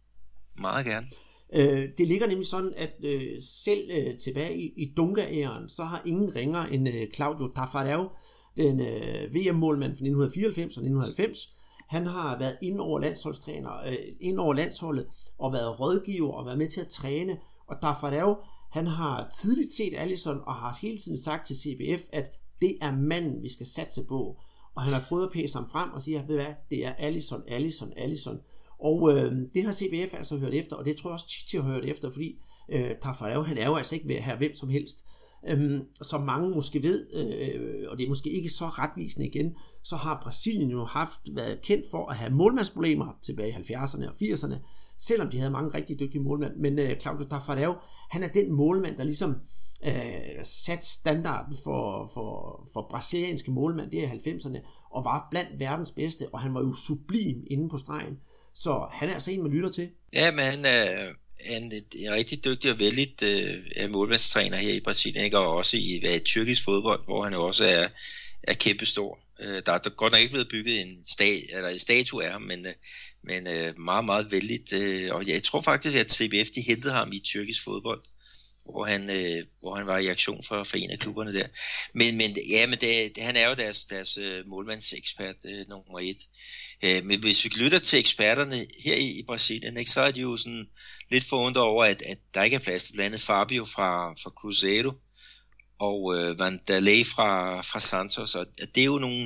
Meget gerne. Øh, det ligger nemlig sådan, at øh, selv øh, tilbage i, i Dunga-æren, så har ingen ringer end øh, Claudio Taffarel, den øh, V M-målmand fra nitten fireoghalvfems og nitten halvfems. Han har været inde over landsholdstræner, øh, inde over landsholdet og været rådgiver og været med til at træne. Og Taffarel, han har tidligt set Alisson og har hele tiden sagt til C B F, at det er manden, vi skal satse på. Og han har prøvet at pæse ham frem og sige, ved hvad, det er Alisson, Alisson, Alisson. Og øh, det har C B F altså hørt efter, og det tror jeg også Tite har hørt efter, fordi øh, Taffarel, han er jo altså ikke ved at have hvem som helst. Øhm, som mange måske ved, øh, og det er måske ikke så retvisende igen, så har Brasilien jo haft været kendt for at have målmandsproblemer tilbage i halvfjerdserne og firserne, selvom de havde mange rigtig dygtige målmænd. Men øh, Claudio Taffarel, han er den målmand, der ligesom øh, satte standarden for, for, for brasilianske målmænd der i halvfemserne, og var blandt verdens bedste, og han var jo sublim inde på stregen. Så han er altså en, man lytter til. Ja, men han er... en, en rigtig dygtig og vældigt øh, målmandstræner her i Brasilien, ikke? Og også i hvad, tyrkisk fodbold, hvor han jo også er, er kæmpestor. Øh, der er godt nok ikke blevet bygget en, sta, eller en statue af ham, men, øh, men øh, meget, meget vældigt. Øh, og jeg tror faktisk, at C B F de hentede ham i tyrkisk fodbold, hvor han, øh, hvor han var i aktion for, for en af klubberne der. Men, men, ja, men det, det, han er jo deres, deres øh, målmandsekspert øh, nummer et. Øh, men hvis vi lytter til eksperterne her i, i Brasilien, ikke, så er de jo sådan lidt forundret over, at, at der ikke er plads til blandt andet Fabio fra, fra Cruzeiro og øh, Vanderlei fra, fra Santos. Og det er jo nogle,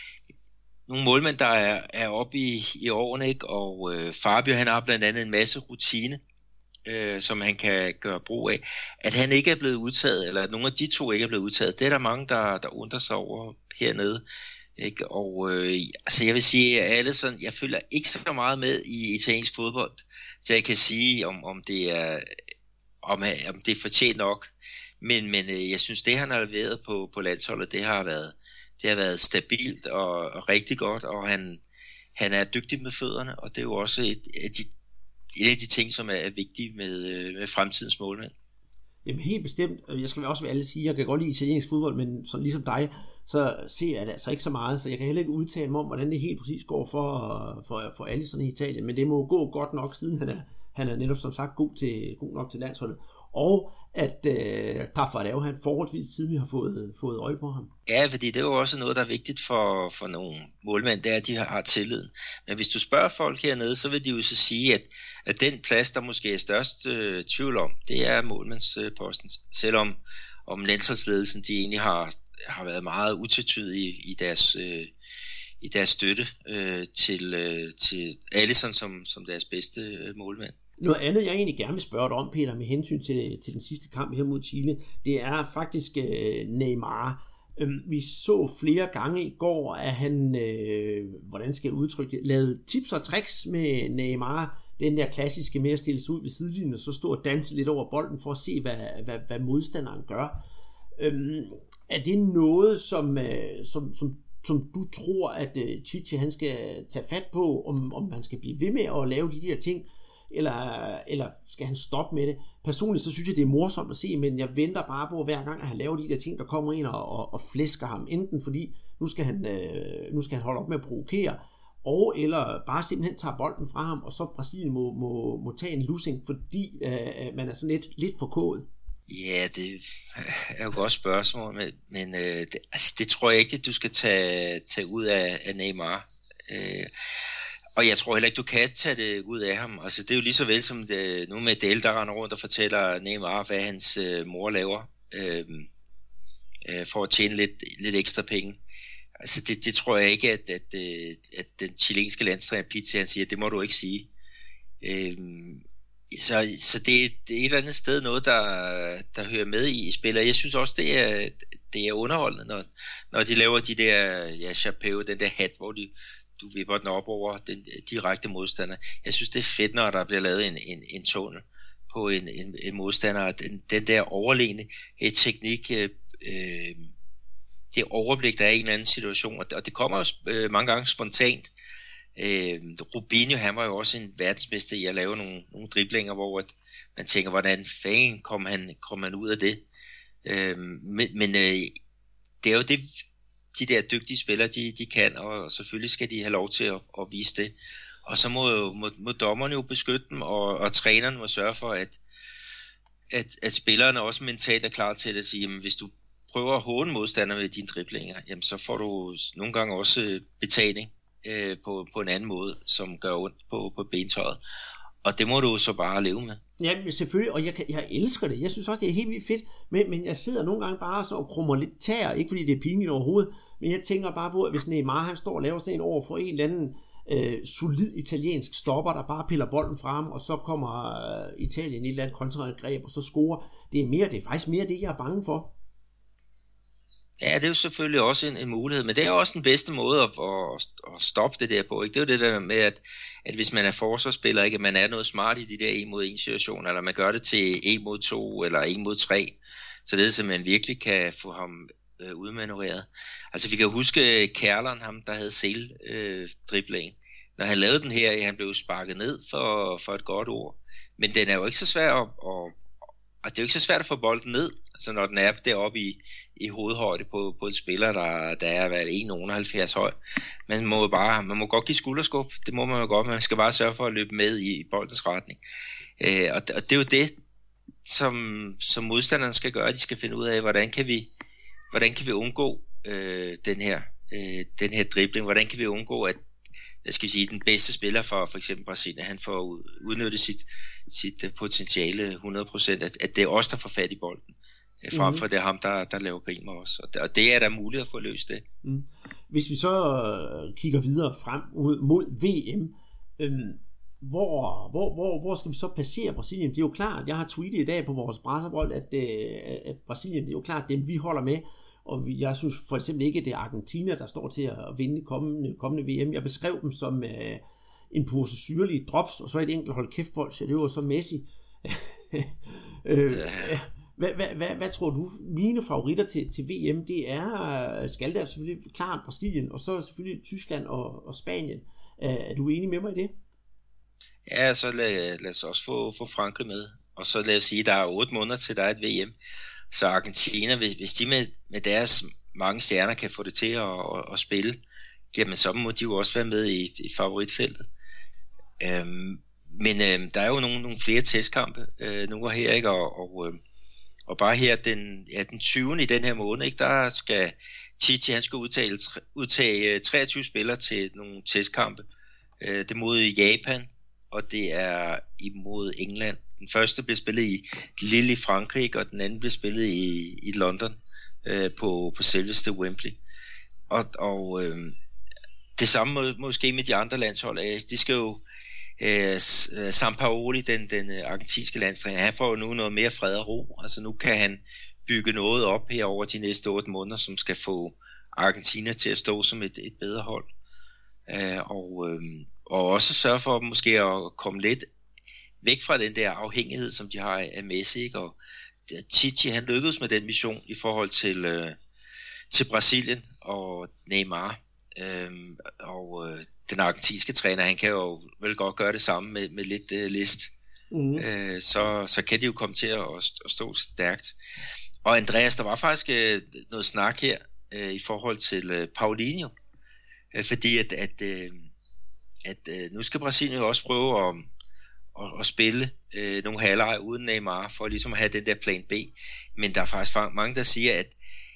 nogle målmænd, der er, er oppe i, i årene, ikke? Og øh, Fabio, han har blandt andet en masse rutine, øh, som han kan gøre brug af. At han ikke er blevet udtaget, eller at nogle af de to ikke er blevet udtaget, det er der mange, der, der undrer sig over hernede. Ikke? Og øh, altså jeg vil sige, at Alisson, jeg følger ikke så meget med i italiensk fodbold, så jeg kan sige, om, om det er om, om det er fortjent nok. Men, men øh, jeg synes, det han har leveret på, på landsholdet, det har været, det har været stabilt og, og rigtig godt, og han, han er dygtig med fødderne, og det er jo også et, et, af, de, et af de ting, som er vigtige med, med fremtidens målmænd. Jamen helt bestemt. Jeg skal også være ærlig sige, jeg kan godt lide italiensk fodbold, men sådan ligesom dig, så ser jeg det altså ikke så meget, så jeg kan heller ikke udtale mig om, hvordan det helt præcis går for, for, for Alisson i Italien, men det må gå godt nok, siden han er, han er netop som sagt god, til, god nok til landsholdet, og at øh, Taffarel, han forholdsvis tidligt har fået, fået øje på ham. Ja, fordi det er jo også noget, der er vigtigt for, for nogle målmænd, det er, at de har, har tilliden. Men hvis du spørger folk hernede, så vil de jo så sige, at, at den plads, der måske er størst øh, tvivl om, det er målmandsposten, selvom om landsholdsledelsen, de egentlig har har været meget utvetydige i, i deres øh, i deres støtte øh, til øh, til Alisson som som deres bedste øh, målmand. Noget andet jeg egentlig gerne vil spørge dig om, Peter, med hensyn til til den sidste kamp her mod Chile, det er faktisk øh, Neymar. Øhm, vi så flere gange i går, at han øh, hvordan skal jeg udtrykke det, lavede tips og tricks med Neymar. Den der klassiske med at stille sig ud ved sidelinjen og så stå og danse lidt over bolden for at se hvad hvad, hvad modstanderen gør. Øhm, er det noget som, øh, som, som, som du tror at øh, Tite han skal tage fat på, om, om han skal blive ved med at lave de der ting, eller, eller skal han stoppe med det? Personligt så synes jeg det er morsomt at se, men jeg venter bare på hver gang at han laver de der ting, der kommer ind og, og, og flæsker ham, enten fordi nu skal han, øh, nu skal han holde op med at provokere, og eller bare simpelthen tager bolden fra ham, og så Brasilien må, må, må tage en losing, fordi øh, man er sådan lidt, lidt forkået. Ja, det er jo et godt spørgsmål, men, men øh, det, altså, det tror jeg ikke, at du skal tage, tage ud af, af Neymar. Øh, og jeg tror heller ikke, du kan tage det ud af ham. Altså, det er jo lige så vel som det, nu med Dale, der render rundt og fortæller Neymar, hvad hans øh, mor laver. Øh, øh, for at tjene lidt, lidt ekstra penge. Altså det, det tror jeg ikke, at, at, at den chilenske landstræner Pizzi, han siger, det må du ikke sige. Øhm, så så det, det er et eller andet sted noget, der, der hører med i spillet. Jeg synes også, det er, det er underholdende, når, når de laver de der, ja, chapeo, den der hat, hvor de, du vipper den op over den direkte modstander. Jeg synes, det er fedt, når der bliver lavet en, en, en tunnel på en, en, en modstander. Den, den der overlegne eh, teknik, øh, det overblik, der er i en eller anden situation, og det, og det kommer jo øh, mange gange spontant. Øh, Rubinho, han var jo også en verdensmester i at lave nogle, nogle driblinger, hvor at man tænker, hvordan fanden kom han, kom han ud af det. Øh, men men øh, det er jo det, de der dygtige spillere, de, de kan, og selvfølgelig skal de have lov til at, at vise det. Og så må, må, må dommerne jo beskytte dem, og, og trænerne må sørge for, at, at, at spillerne også mentalt er klar til at sige, jamen, hvis du prøver at håne modstandere med dine driblinger, jamen, så får du nogle gange også betaling øh, på, på en anden måde, som gør ondt på, på bentøjet. Og det må du så bare leve med. Ja, selvfølgelig, og jeg, kan, jeg elsker det. Jeg synes også, det er helt vildt fedt, men, men jeg sidder nogle gange bare så og krummer lidt tær, ikke fordi det er pinligt overhovedet, men jeg tænker bare på, at hvis Neymar, han står og laver sådan en over for en eller anden øh, solid italiensk stopper, der bare piller bolden frem, og så kommer øh, Italien i et eller andet kontraangreb, og så scorer. Det er mere, det er faktisk mere det, jeg er bange for. Ja, det er jo selvfølgelig også en, en mulighed, men det er også den bedste måde at, at, at stoppe det der på. Ikke? Det er jo det der med, at, at hvis man er forsvarsspiller, ikke, at man er noget smart i de der en mod en situationer, eller man gør det til en mod to eller en mod tre, så det er så man virkelig kan få ham øh, udmanøvreret. Altså vi kan huske Kærleren, ham der havde sel-dribling. Øh, Når han lavede den her, han blev sparket ned for, for et godt ord. Men den er jo ikke så svær at, at Altså, det er jo ikke så svært at få bolden ned, altså når den er deroppe i, i hovedhøjde på, på et spiller, der, der er været en komma otteoghalvfjerds høj. Man må bare, man må godt give skulderskub, det må man jo godt, man skal bare sørge for at løbe med i, i boldens retning. Øh, og, og det er jo det, som, som modstanderne skal gøre, de skal finde ud af, hvordan kan vi, hvordan kan vi undgå øh, den her, øh, den her dribling, hvordan kan vi undgå, at jeg skal sige, den bedste spiller for for eksempel Brasilien, han får udnyttet sit, sit potentiale hundrede procent, at, at det er os, der får fat i bolden, frem for mm-hmm. det er ham, der, der laver grin med os. Og det, og det er der muligt at få løst det. Mm. Hvis vi så kigger videre frem mod, mod V M, øhm, hvor, hvor, hvor, hvor skal vi så passere Brasilien? Det er jo klart, jeg har tweetet i dag på vores presserbold, at, at Brasilien, det er jo klart dem, vi holder med. Og jeg synes for eksempel ikke, at det er Argentina, der står til at vinde kommende, kommende V M. Jeg beskrev dem som øh, en pose syrlige drops, og så et enkelt hold kæftbold, så det var så Messi. øh, hvad, hvad, hvad, hvad tror du? Mine favoritter til, til V M, det er, skal der selvfølgelig klart Brasilien, og så selvfølgelig Tyskland og, og Spanien. Er du enig med mig i det? Ja, så lad, lad os også få, få Frankrig med. Og så lad os sige, at der er otte måneder til, der er et V M. Så Argentina, hvis de med, med deres mange stjerner kan få det til at, at, at spille, jamen så må de jo også være med i, i favoritfeltet. Øhm, men øhm, der er jo nogle, nogle flere testkampe øh, nu og her, ikke? Og, og, øh, og bare her den, ja, den tyvende i den her måned, ikke? Der skal Tite, han skal udtage, udtage treogtyve spillere til nogle testkampe. Øh, det er mod Japan, og det er imod England. Den første blev spillet i Lille i Frankrig, og den anden blev spillet i, i London øh, på, på selveste Wembley. Og, og øh, det samme må, måske med de andre landshold. Øh, de skal jo øh, Sampaoli, den, den argentinske landstræner, han får jo nu noget mere fred og ro. Altså nu kan han bygge noget op her over de næste otte måneder, som skal få Argentina til at stå som et, et bedre hold. Øh, og, øh, og også sørge for måske at komme lidt væk fra den der afhængighed, som de har af Messi, ikke? Og Tite, han lykkedes med den mission i forhold til, øh, til Brasilien og Neymar. Øhm, og øh, den argentinske træner, han kan jo vel godt gøre det samme med, med lidt øh, list. Mm. Øh, så, så kan de jo komme til at, at stå stærkt. Og Andreas, der var faktisk øh, noget snak her øh, i forhold til øh, Paulinho. Øh, fordi at, at, øh, at øh, nu skal Brasilien jo også prøve at og, og spille øh, nogle halvleje uden Neymar, for ligesom at have den der plan B. Men der er faktisk mange, der siger, at,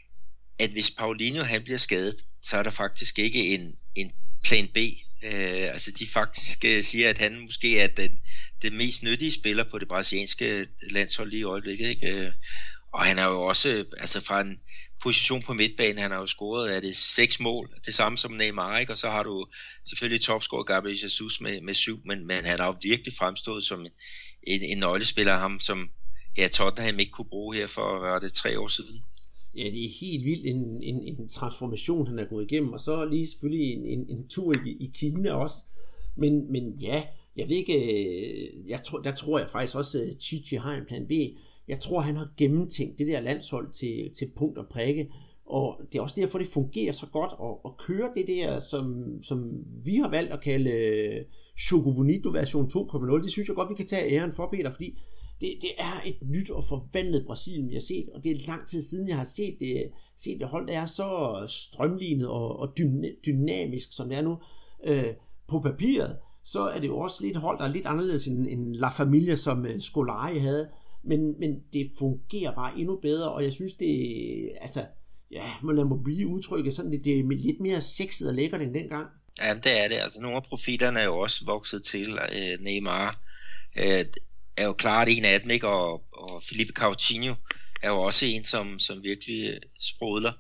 at hvis Paulinho han bliver skadet, så er der faktisk ikke en, en plan B. Øh, altså de faktisk øh, siger, at han måske er den, den mest nyttige spiller på det brasilianske landshold lige i øjeblikket. Ikke? Og han er jo også, altså fra en position på midtbanen, han har jo scoret, er det seks mål, det samme som Neymar, ikke? Og så har du selvfølgelig topscorer Gabriel Jesus med, med syv, men, men han har jo virkelig fremstået som en, en, en nøglespiller, ham som ja, Tottenham ikke kunne bruge her for, hvad var det, tre år siden. Ja, det er helt vildt en, en, en transformation, han er gået igennem, og så lige selvfølgelig en, en, en tur i, i Kina også. Men, men ja, jeg ved ikke, jeg tror, der tror jeg faktisk også, at Chichi har en plan B. Jeg tror, han har gennemtænkt det der landshold til, til punkt og prikke, og det er også derfor, det fungerer så godt at, at køre det der, som, som vi har valgt at kalde Choco Bonito version to punkt nul. Det synes jeg godt, vi kan tage æren for, Peter, fordi det, det er et nyt og forvandlet Brasilien, vi har set, og det er lang tid siden, jeg har set det, set det hold, der er så strømlignet og, og dynamisk, som det er nu. Øh, på papiret, så er det jo også lidt hold, der er lidt anderledes end, end La Familia, som uh, Scolari havde, men, men det fungerer bare endnu bedre, og jeg synes, det altså, ja, man lader mig blive udtrykket sådan, det, det er lidt mere sexet og lækkert end dengang. Jamen, det er det. Altså, nogle af profiterne er jo også vokset til. Øh, Neymar øh, er jo klart en af dem, ikke? Og, og Felipe Coutinho er jo også en, som, som virkelig sprudler.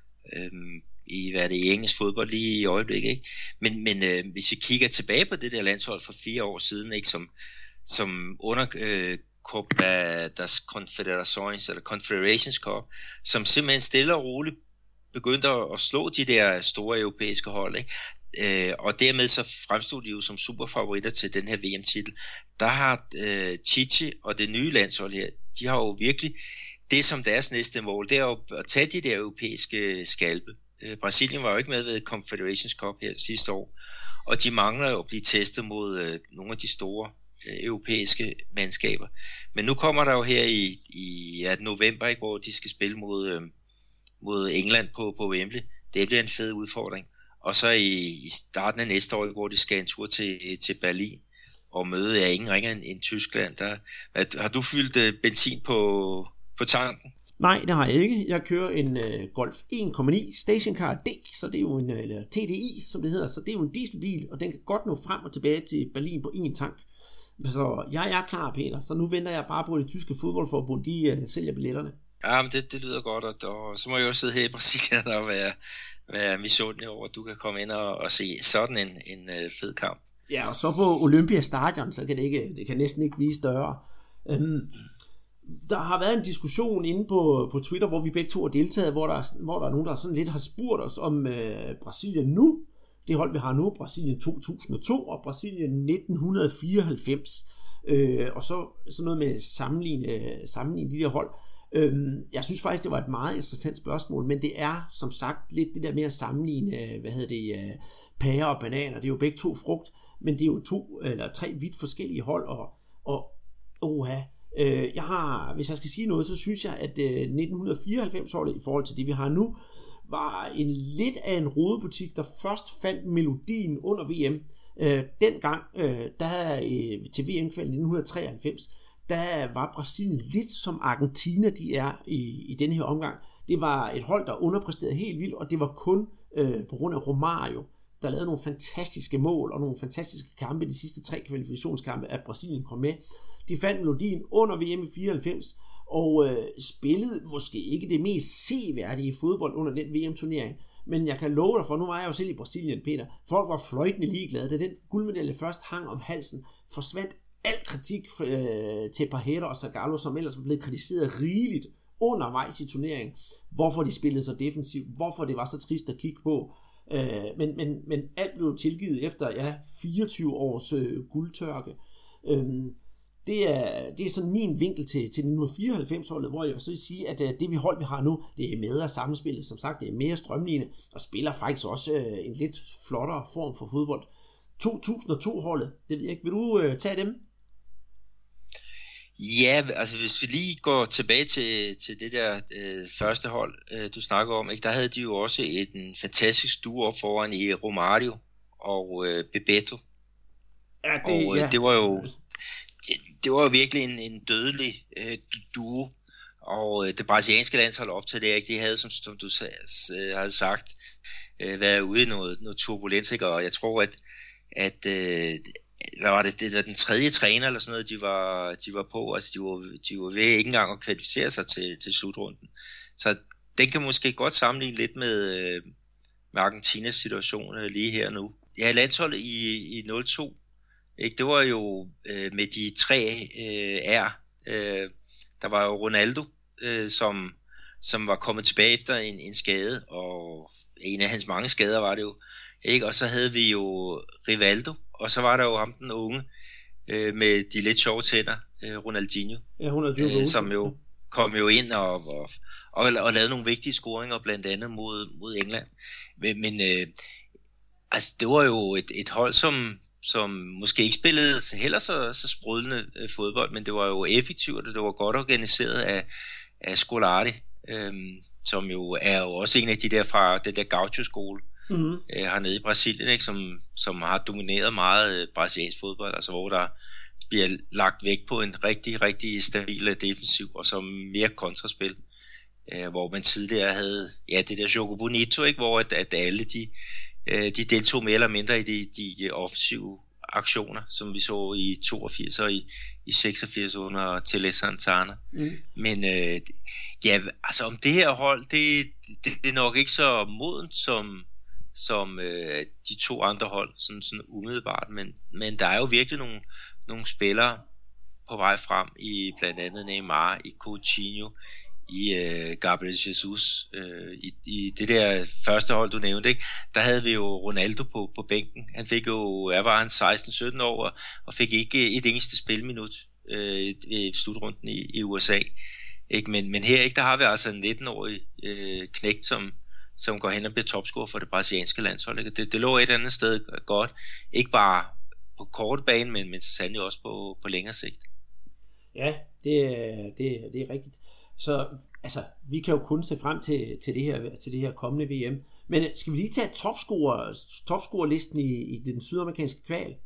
Øhm, i hvad det er, i engelsk fodbold lige i øjeblikket, ikke? Men, men øh, hvis vi kigger tilbage på det der landshold for fire år siden, ikke? Som, som under øh, Copa das Confederações, eller Confederations Cup, som simpelthen stille og roligt begyndte at slå de der store europæiske hold, ikke? Øh, og dermed så fremstod de jo som superfavoritter til den her V M-titel. Der har øh, Chichi og det nye landshold her, de har jo virkelig det som deres næste mål, det er jo at tage de der europæiske skalpe. Brasilien var jo ikke med ved Confederations Cup her sidste år, og de mangler jo at blive testet mod øh, nogle af de store øh, europæiske mandskaber. Men nu kommer der jo her i, i ja, november, ikke, hvor de skal spille mod, øh, mod England på, på Wembley. Det bliver en fed udfordring. Og så i, i starten af næste år, hvor de skal en tur til, til Berlin og møde ja, ingen ringer end, end Tyskland. Der, at, har du fyldt øh, benzin på, på tanken? Nej, det har jeg ikke. Jeg kører en uh, Golf en komma ni Stationcar D, så det er jo en uh, eller T D I, som det hedder, så det er jo en dieselbil, og den kan godt nå frem og tilbage til Berlin på en tank. Så jeg er klar, Peter, så nu venter jeg bare på, at det tyske fodboldforbund, de uh, sælger billetterne. Ja, men det, det lyder godt, og, og så må jeg jo sidde her i Brasilien og være, være misundelig over, at du kan komme ind og, og se sådan en, en uh, fed kamp. Ja, og så på Olympia Stadion, så kan det, ikke, det kan næsten ikke blive større. Um, Der har været en diskussion inde på, på Twitter, hvor vi begge to har deltaget, hvor der, hvor der er nogen, der sådan lidt har spurgt os om øh, Brasilien nu, det hold vi har nu, Brasilien to tusind og to og Brasilien nitten fireoghalvfems, øh, og så sådan noget med sammenligne, sammenligne de der hold. Øh, jeg synes faktisk, det var et meget interessant spørgsmål, men det er som sagt lidt det der med at sammenligne, hvad hedder det, øh, pærer og bananer, det er jo begge to frugt, men det er jo to eller tre vidt forskellige hold, og, og oha, jeg har, hvis jeg skal sige noget, så synes jeg, at nitten fireoghalvfems-holdet i forhold til det, vi har nu, var en lidt af en rodebutik, der først fandt melodien under V M. Dengang, der til V M-kvalden nitten treoghalvfems, der var Brasilien lidt som Argentina, de er i, i denne her omgang. Det var et hold, der underpræsterede helt vildt, og det var kun øh, på grund af Romario, der lavede nogle fantastiske mål og nogle fantastiske kampe, de sidste tre kvalifikationskampe, at Brasilien kom med. De fandt melodien under V M i fireoghalvfems, og øh, spillede måske ikke det mest seværdige fodbold under den V M-turnering. Men jeg kan love dig, for nu var jeg jo selv i Brasilien, Peter. Folk var fløjtende ligeglade, da den guldmedalje først hang om halsen. Forsvandt al kritik øh, til Parreira og Zagallo, som ellers var blevet kritiseret rigeligt undervejs i turneringen. Hvorfor de spillede så defensivt, hvorfor det var så trist at kigge på. Øh, men, men, men alt blev tilgivet efter ja, fireogtyve års øh, guldtørke. Øh, Det er, det er sådan min vinkel til, til nitten fireoghalvfems-holdet, hvor jeg vil så sige, at det vi hold, vi har nu, det er med af samspillet. Som sagt, det er mere strømligende, og spiller faktisk også en lidt flottere form for fodbold. to tusind og to-holdet, det ved jeg ikke. Vil du øh, tage dem? Ja, altså hvis vi lige går tilbage til, til det der øh, første hold, øh, du snakker om, ikke? Der havde de jo også et, en fantastisk duo op foran i Romario og øh, Bebeto. Ja, det, og øh, ja. det var jo... Det, det var jo virkelig en, en dødelig øh, duo, og øh, det brasilianske landshold op til det, ikke? De havde, som, som du øh, havde sagt, øh, været ude i noget, noget turbulens, ikke? Og jeg tror, at, at øh, hvad var det, det var den tredje træner eller sådan noget, de var, de var på, altså de var, de var ved ikke engang at kvalificere sig til, til slutrunden. Så den kan måske godt sammenligne lidt med, med Argentinas situation lige her nu. Ja, landsholdet i, i nul to, ikke, det var jo øh, med de tre øh, R. Øh, der var jo Ronaldo, øh, som, som var kommet tilbage efter en, en skade, og en af hans mange skader var det jo. Ikke? Og så havde vi jo Rivaldo, og så var der jo ham den unge, øh, med de lidt sjove tænder, øh, Ronaldinho, ja, Ronaldinho øh, som jo kom jo ind og, og, og, og lavede nogle vigtige scoringer, blandt andet mod, mod England. Men, men øh, altså, det var jo et, et hold, som, som måske ikke spillede heller så, så sprudlende øh, fodbold, men det var jo effektivt, og det var godt organiseret af, af Scolari, øh, som jo er jo også en af de der fra den der Gaucho-skole, mm-hmm. øh, hernede i Brasilien, ikke, som, som har domineret meget øh, brasiliansk fodbold, altså hvor der bliver lagt vægt på en rigtig, rigtig stabil defensiv, og så mere kontraspil, øh, hvor man tidligere havde, ja, det der Jogo Bonito, ikke, hvor at, at alle de, øh, de deltog mere eller mindre i de, de offensive aktioner, som vi så i toogfirs og i, i seksogfirs under Tele Santana. Mm. Men øh, ja, altså om det her hold, det, det, det er nok ikke så modent som, som øh, de to andre hold, sådan, sådan umiddelbart, men, men der er jo virkelig nogle, nogle spillere på vej frem, i blandt andet Neymar, i Coutinho, i øh, Gabriel Jesus, øh, i, i det der første hold, du nævnte, ikke? Der havde vi jo Ronaldo på, på bænken. Han fik jo, jeg var han seksten sytten år, og fik ikke et eneste spilminut øh, i slutrunden i, i U S A. Ikke? Men, men her, ikke, der har vi altså en nitten-årig øh, knægt, som, som går hen og bliver topscorer for det brasilianske landshold. Ikke? Det, det lå et andet sted godt, ikke bare på korte bane, men, men så sandelig også på, på længere sigt. Ja, det, det, det er rigtigt. Så altså, vi kan jo kun se frem til, til, det, her, til det her kommende V M. Men skal vi lige tage topscorer, topscorerlisten i, i den sydamerikanske kval?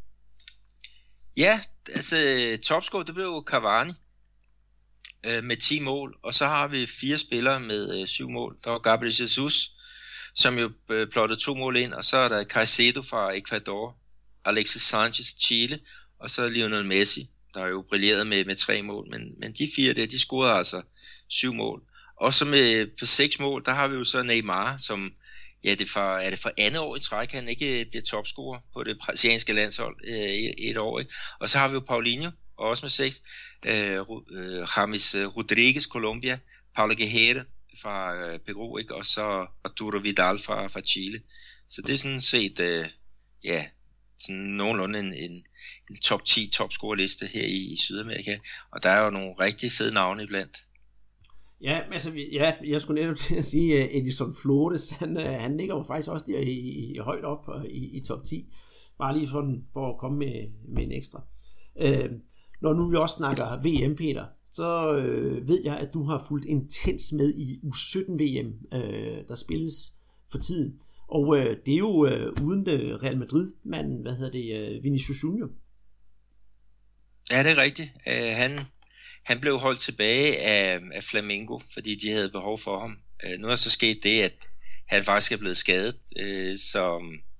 Ja, altså topscorer, det blev jo Cavani øh, med ti mål, og så har vi fire spillere med øh, syv mål. Der var Gabriel Jesus, som jo øh, plottede to mål ind, og så er der Caicedo fra Ecuador, Alexis Sanchez, Chile, og så Lionel Messi, der er jo brilleret med, med tre mål, men, men de fire der, de scorede altså syv mål. Og så med på seks mål, der har vi jo så Neymar, som, ja, det for, er det for andet år i træk, han ikke bliver topscorer på det brasilianske landshold øh, et år, ikke? Og så har vi jo Paulinho, også med seks, øh, øh, James Rodriguez, Colombia, Paulo Guerrero fra øh, Peru, ikke? Og så Arturo Vidal fra, fra Chile. Så det er sådan set, øh, ja, sådan nogenlunde en, en en top ti topscorerliste her i, i Sydamerika, og der er jo nogle rigtig fede navne iblandt. Ja, altså, ja, jeg skulle netop til at sige, at Edison Flores, han, han ligger jo faktisk også der i, i højt op i, i top ti, bare lige sådan for at komme med, med en ekstra. Øh, når nu vi også snakker V M, Peter, så øh, ved jeg, at du har fulgt intens med i U sytten V M, øh, der spilles for tiden. Og øh, det er jo øh, uden det Real Madrid-manden, hvad hedder det, øh, Vinicius Junior. Ja, det er rigtigt. Uh, han, han blev holdt tilbage af, af Flamengo, fordi de havde behov for ham. Uh, nu er så sket det, at han faktisk er blevet skadet, uh, så,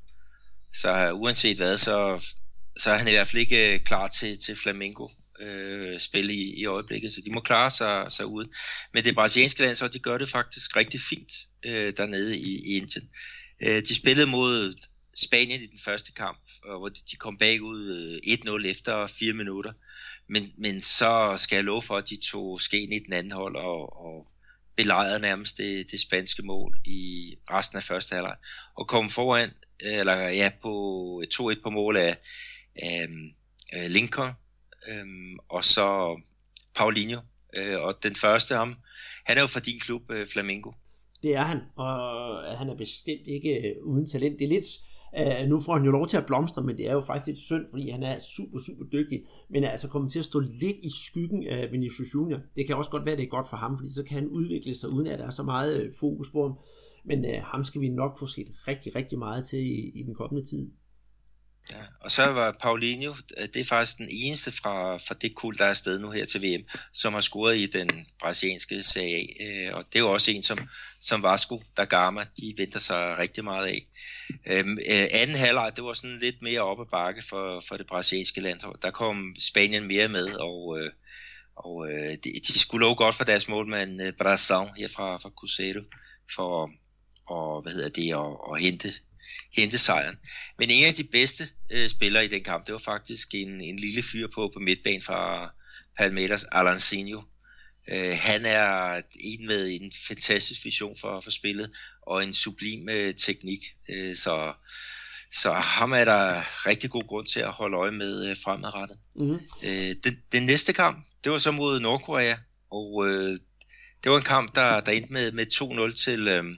så uanset hvad, så, så er han i hvert fald ikke klar til, til Flamengo uh, spil i, i øjeblikket, så de må klare sig, sig uden. Men det brasilianske landshold, de gør det faktisk rigtig fint uh, dernede i, i Indien. Uh, de spillede mod Spanien i den første kamp, hvor de kom bagud et nul efter fire minutter. Men, men så skal jeg love for, at de tog skeen i den anden hold og, og belejrede nærmest det, det spanske mål i resten af første halvleg. Og kom foran, eller ja, på to et på mål af, af, af Lincoln, øhm, og så Paulinho. Øh, og den første ham, han er jo fra din klub, Flamengo. Det er han, og han er bestemt ikke uden talent. Det er lidt... Uh, nu får han jo lov til at blomstre, men det er jo faktisk lidt synd, fordi han er super, super dygtig, men er altså kommet til at stå lidt i skyggen af Vinicius Junior. Det kan også godt være, at det er godt for ham, fordi så kan han udvikle sig, uden at der er så meget uh, fokus på ham. Men uh, ham skal vi nok få set rigtig, rigtig meget til i, i den kommende tid. Ja, og så var Paulinho, det er faktisk den eneste fra, fra det kuld, der er afsted nu her til V M, som har scoret i den brasilianske Serie A, og det er jo også en, som, som Vasco da Gama, de venter sig rigtig meget af. Øhm, øh, anden halvleg, det var sådan lidt mere op ad bakke for, for det brasilianske landshold. Der kom Spanien mere med, og, øh, og øh, de, de skulle love godt for deres målmand øh, Brazão her fra, fra Cruzeiro, for og, hvad hedder det, at, at hente hente sejren. Men en af de bedste øh, spillere i den kamp, det var faktisk en, en lille fyr på, på midtbanen fra Palmeiras, Alanzinho. Øh, han er en med en fantastisk vision for, for spillet, og en sublim øh, teknik. Øh, så, så ham er der rigtig god grund til at holde øje med øh, fremadrettet. Mm-hmm. Øh, den, den næste kamp, det var så mod Nordkorea, og øh, det var en kamp, der, der endte med, med to nul til... Øh,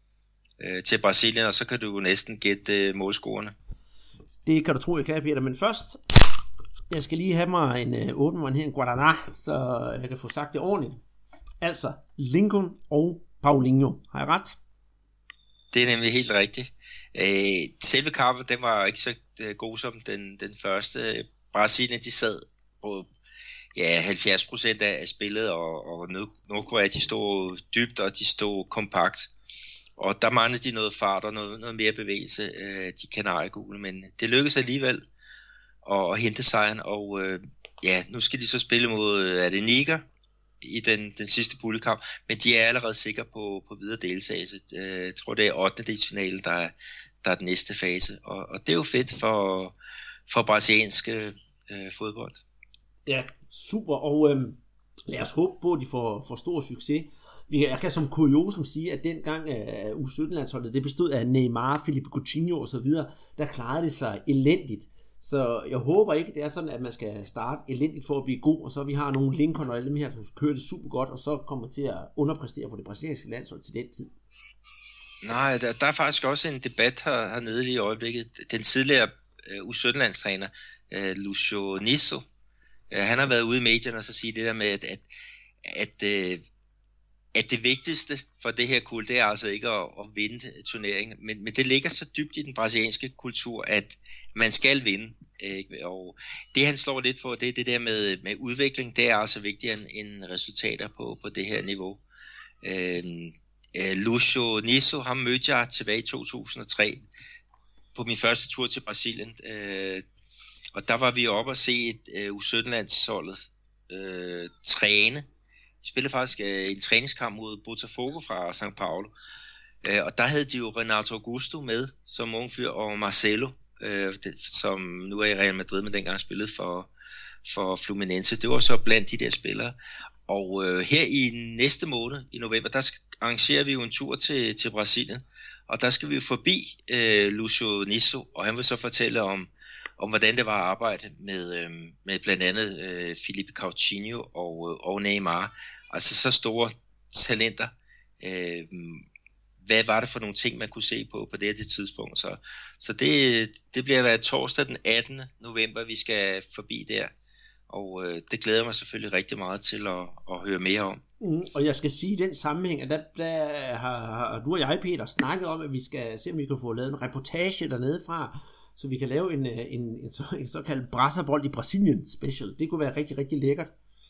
til Brasilien, og så kan du jo næsten gætte uh, målscorerne. Det kan du tro, jeg kan, Peter, men først, jeg skal lige have mig en uh, åben her, en Guaraná, så jeg kan få sagt det ordentligt. Altså, Lincoln og Paulinho. Har jeg ret? Det er nemlig helt rigtigt. Uh, selve kampen, den var ikke så uh, god som den, den første. Brasilien, de sad på ja, halvfjerds procent af spillet, og, og Nordkorea, de stod dybt, og de stod kompakt. Og der manglede de noget fart og noget, noget mere bevægelse, øh, de kanariegule, men det lykkedes alligevel at, at hente sejren, og øh, ja, nu skal de så spille mod, er det Niger i den, den sidste puljekamp, men de er allerede sikre på, på videre deltagelse. Jeg tror, det er ottende delsfinale, der er, der er den næste fase, og, og det er jo fedt for, for brasiliansk øh, fodbold. Ja, super, og øh, lad os håbe på, at de får, får stor succes. Jeg kan som kuriosum sige, at dengang uh, U sytten-landsholdet, det bestod af Neymar, Felipe Coutinho og så videre, der klarede det sig elendigt. Så jeg håber ikke, det er sådan, at man skal starte elendigt for at blive god, og så vi har nogle Lincoln og alle dem her, som kører det super godt, og så kommer til at underpræstere på det brasilianske landshold til den tid. Nej, der, der er faktisk også en debat her, hernede lige i øjeblikket. Den tidligere uh, U sytten-landstræner, uh, Lucio Nisso, uh, han har været ude i medierne og så sige det der med, at, at, at uh, at det vigtigste for det her kuld, det er altså ikke at, at vinde turneringen, men, men det ligger så dybt i den brasilianske kultur, at man skal vinde. Ikke? Og det han slår lidt for, det er det der med, med udvikling, det er altså vigtigere end, end resultater på, på det her niveau. Øhm, øh, Lucio Nisso, ham mødte jeg tilbage i to tusind og tre på min første tur til Brasilien, øh, og der var vi oppe og se et øh, U sytten-landsholdet øh, træne. De spillede faktisk øh, en træningskamp mod Botafogo fra São Paulo, øh, og der havde de jo Renato Augusto med som ung fyr, og Marcelo, øh, det, som nu er i Real Madrid, men dengang spillede for, for Fluminense. Det var så blandt de der spillere. Og øh, her i næste måned, i november, der arrangerer vi jo en tur til, til Brasilien, og der skal vi forbi øh, Lucio Nisso, og han vil så fortælle om, om hvordan det var at arbejde med, øh, med blandt andet øh, Felipe Coutinho og, øh, og Neymar. Altså så store talenter. Øh, hvad var det for nogle ting, man kunne se på på det her tidspunkt? Så, så det, det bliver været torsdag den attende november, vi skal forbi der. Og øh, det glæder mig selvfølgelig rigtig meget til at, at høre mere om. Mm, og jeg skal sige i den sammenhæng, at der, der har, har du og jeg, Peter, snakket om, at vi skal se, om vi kan få lavet en reportage dernede fra, så vi kan lave en, en, en, en, så, en såkaldt brasserbold i Brasilien special. Det kunne være rigtig, rigtig lækkert.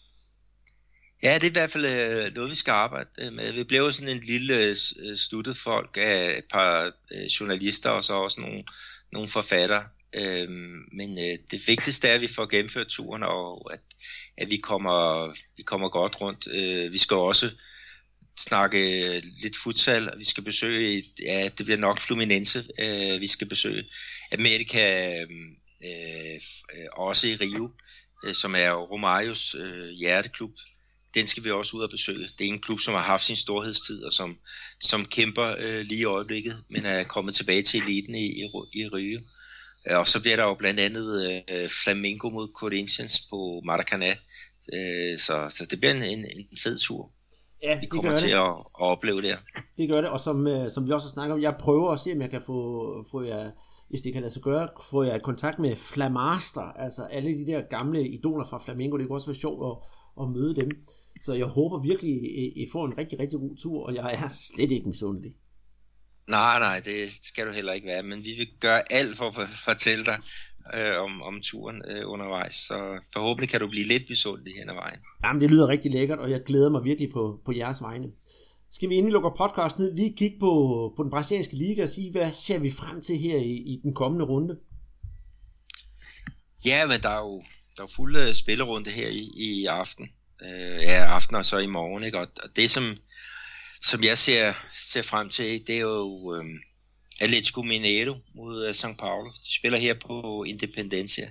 Ja, det er i hvert fald øh, noget, vi skal arbejde med. Vi blev sådan en lille øh, sluttet folk af et par øh, journalister, og så også nogle, nogle forfattere. Øh, men øh, det vigtigste er, at vi får gennemført turen, og at, at vi, kommer, vi kommer godt rundt. Øh, vi skal også snakke lidt futsal, og vi skal besøge, ja, det bliver nok Fluminense, øh, vi skal besøge. Amerika, øh, øh, også i Rio, øh, som er Romarios øh, hjerteklub. Den skal vi også ud og besøge. Det er en klub, som har haft sin storhedstid, og som, som kæmper øh, lige i øjeblikket, men er kommet tilbage til eliten i, i, i Rio. Og så bliver der jo blandt andet øh, Flamengo mod Corinthians på Maracanã. Øh, så, så det bliver en, en, en fed tur. Ja, vi kommer til at, at opleve det. Det gør det, og som, øh, som vi også har snakket om, jeg prøver at se, om jeg kan få, få jer, hvis det kan lade sig gøre, få jer i kontakt med Flamaster, altså alle de der gamle idoler fra Flamengo. Det kunne også være sjovt at, at møde dem. Så jeg håber virkelig, I, I får en rigtig, rigtig god tur, og jeg er slet ikke misundelig. Nej, nej, det skal du heller ikke være, men vi vil gøre alt for at fortælle dig øh, om, om turen øh, undervejs, så forhåbentlig kan du blive lidt besundelig hen ad vejen. Jamen, det lyder rigtig lækkert, og jeg glæder mig virkelig på, på jeres vegne. Skal vi inden vi lukker podcast ned, lige kigge på, på den brasilianske liga og sige, hvad ser vi frem til her i, i den kommende runde? Ja, men der er jo, der er fulde spillerunde her i, i aften. Øh, ja, aften og så i morgen, ikke? Og, og det som, som jeg ser, ser frem til, det er jo øh, Atlético Mineiro mod uh, São Paulo. De spiller her på Independencia.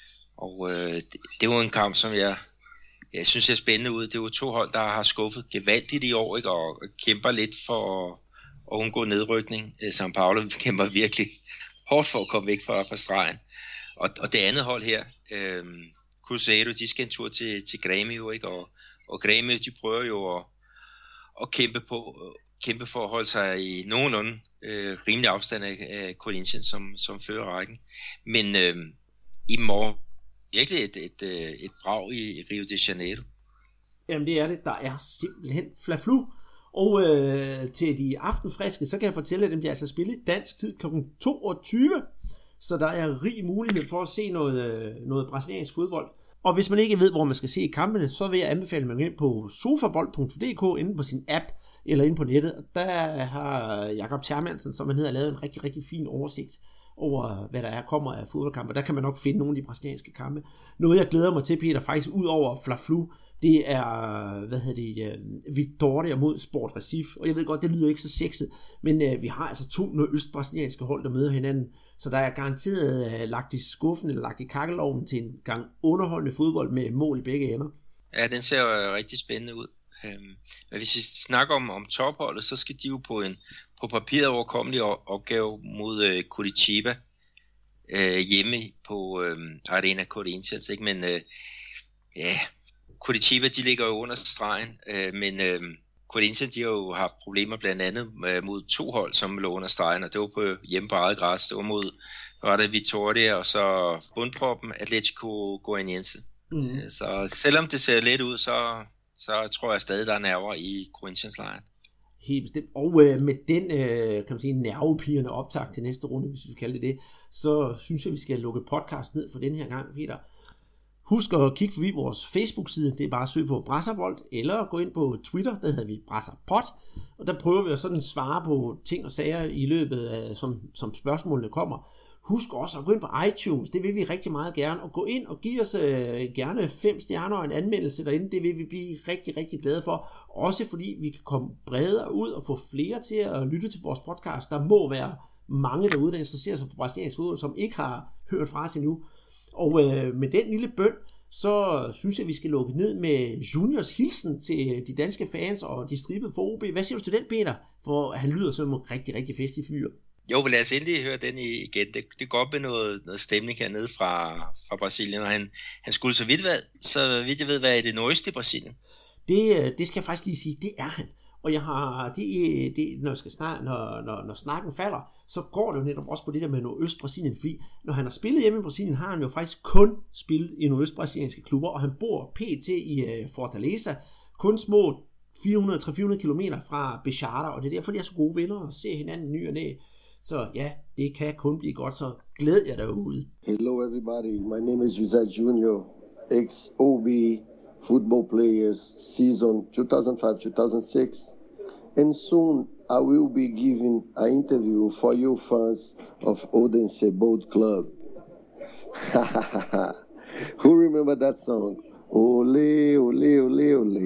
Og øh, det, det var en kamp, som jeg, jeg synes ser spændende ud. Det er jo to hold, der har skuffet gevaldigt i år, ikke? Og, og kæmper lidt for at, at undgå nedrykning. São Paulo kæmper virkelig hårdt for at komme væk fra, fra stregen. Og, og det andet hold her, øh, Cruzeiro, de skal en tur til, til Grêmio, ikke? Og, og Grêmio, de prøver jo at, at kæmpe, på, kæmpe for at holde sig i nogenlunde øh, rimelig afstand af, af Corinthians, som, som fører rækken. Men øh, i morgen virkelig et, et, et, et brag i Rio de Janeiro. Jamen det er det, der er simpelthen flaflu. Og øh, til de aftenfriske, så kan jeg fortælle, at dem bliver altså spillet dansk tid klokken toogtyve. Så der er rig mulighed for at se noget, noget brasiliansk fodbold. Og hvis man ikke ved, hvor man skal se kampene, så vil jeg anbefale, at man går ind på sofabold punktum d k inde på sin app eller inde på nettet. Og der har Jakob Termansen, som han hedder, lavet en rigtig, rigtig fin oversigt over, hvad der er kommer af fodboldkampe. Der kan man nok finde nogle af de brasilianske kampe. Noget, jeg glæder mig til, Peter, faktisk ud over Fla-Flu, det er, hvad hedder det, Vitória mod Sport Recife. Og jeg ved godt, det lyder ikke så sexet, men uh, vi har altså to nordøstbrasilianske hold, der møder hinanden. Så der er garanteret uh, lagt i skuffen eller lagt i kakkelovnen til en gang underholdende fodbold med mål i begge ender. Ja, den ser jo rigtig spændende ud. Øhm, men hvis vi snakker om, om topholdet, så skal de jo på en på papiret overkommelig opgave mod uh, Curitiba uh, hjemme på uh, Arena Corinthians, ikke? Men uh, ja, Curitiba, de ligger jo under stregen, uh, men uh, Corinthians, de har jo haft problemer blandt andet uh, mod to hold, som lå under stregen, og det var på hjemme på eget græs. Det var mod, var det Vitória og så bundproppen Atlético Goianiense. Mm. Uh, så selvom det ser let ud, så så tror jeg stadig, der er nerver i Corinthians-lejren. Helt bestemt. Og øh, med den øh, kan man sige, nervepirrende optakt til næste runde, hvis vi kalder det det, så synes jeg, vi skal lukke podcast ned for den her gang, Peter. Husk at kigge forbi vores Facebook-side, det er bare at søge på Brasserbold, eller gå ind på Twitter, der hedder vi Brasserpod, og der prøver vi at sådan svare på ting og sager i løbet af, som, som spørgsmålene kommer. Husk også at gå ind på iTunes, det vil vi rigtig meget gerne, og gå ind og give os øh, gerne fem stjerner og en anmeldelse derinde, det vil vi blive rigtig, rigtig glade for, også fordi vi kan komme bredere ud og få flere til at lytte til vores podcast. Der må være mange derude, der interesserer sig for brasiliansk fodbold, som ikke har hørt fra os endnu. Og øh, med den lille bøn, så synes jeg, vi skal lukke ned med Juniors hilsen til de danske fans og de stribede for O B. Hvad siger du til den, Peter? For han lyder som en rigtig, rigtig festlig fyr. Jo, lad os endelig høre den igen. Det, det går op med noget, noget stemning hernede fra, fra Brasilien, og han, han skulle så vidt, hvad, så vidt jeg ved, hvad er det nordøst i Brasilien? Det, det skal jeg faktisk lige sige, det er han. Og jeg har, det, det, når, jeg skal snak, når, når, når snakken falder, så går det jo netop også på det der med Nordøst-Brasilien, fordi når han har spillet hjemme i Brasilien, har han jo faktisk kun spillet i nordøstbrasilianske klubber, og han bor pt. I uh, Fortaleza, kun små fire hundrede til fire hundrede kilometer fra Bechara, og det er derfor, de er så gode venner og ser hinanden ny og næ. Så ja, det kan kun blive godt, så glæd jer derude. Hello everybody, my name is José Junior, ex-O B football players, season two thousand five two thousand six. And soon I will be giving an interview for you fans of Odense Boat Club. Who remember that song? Ole, ole, ole, ole.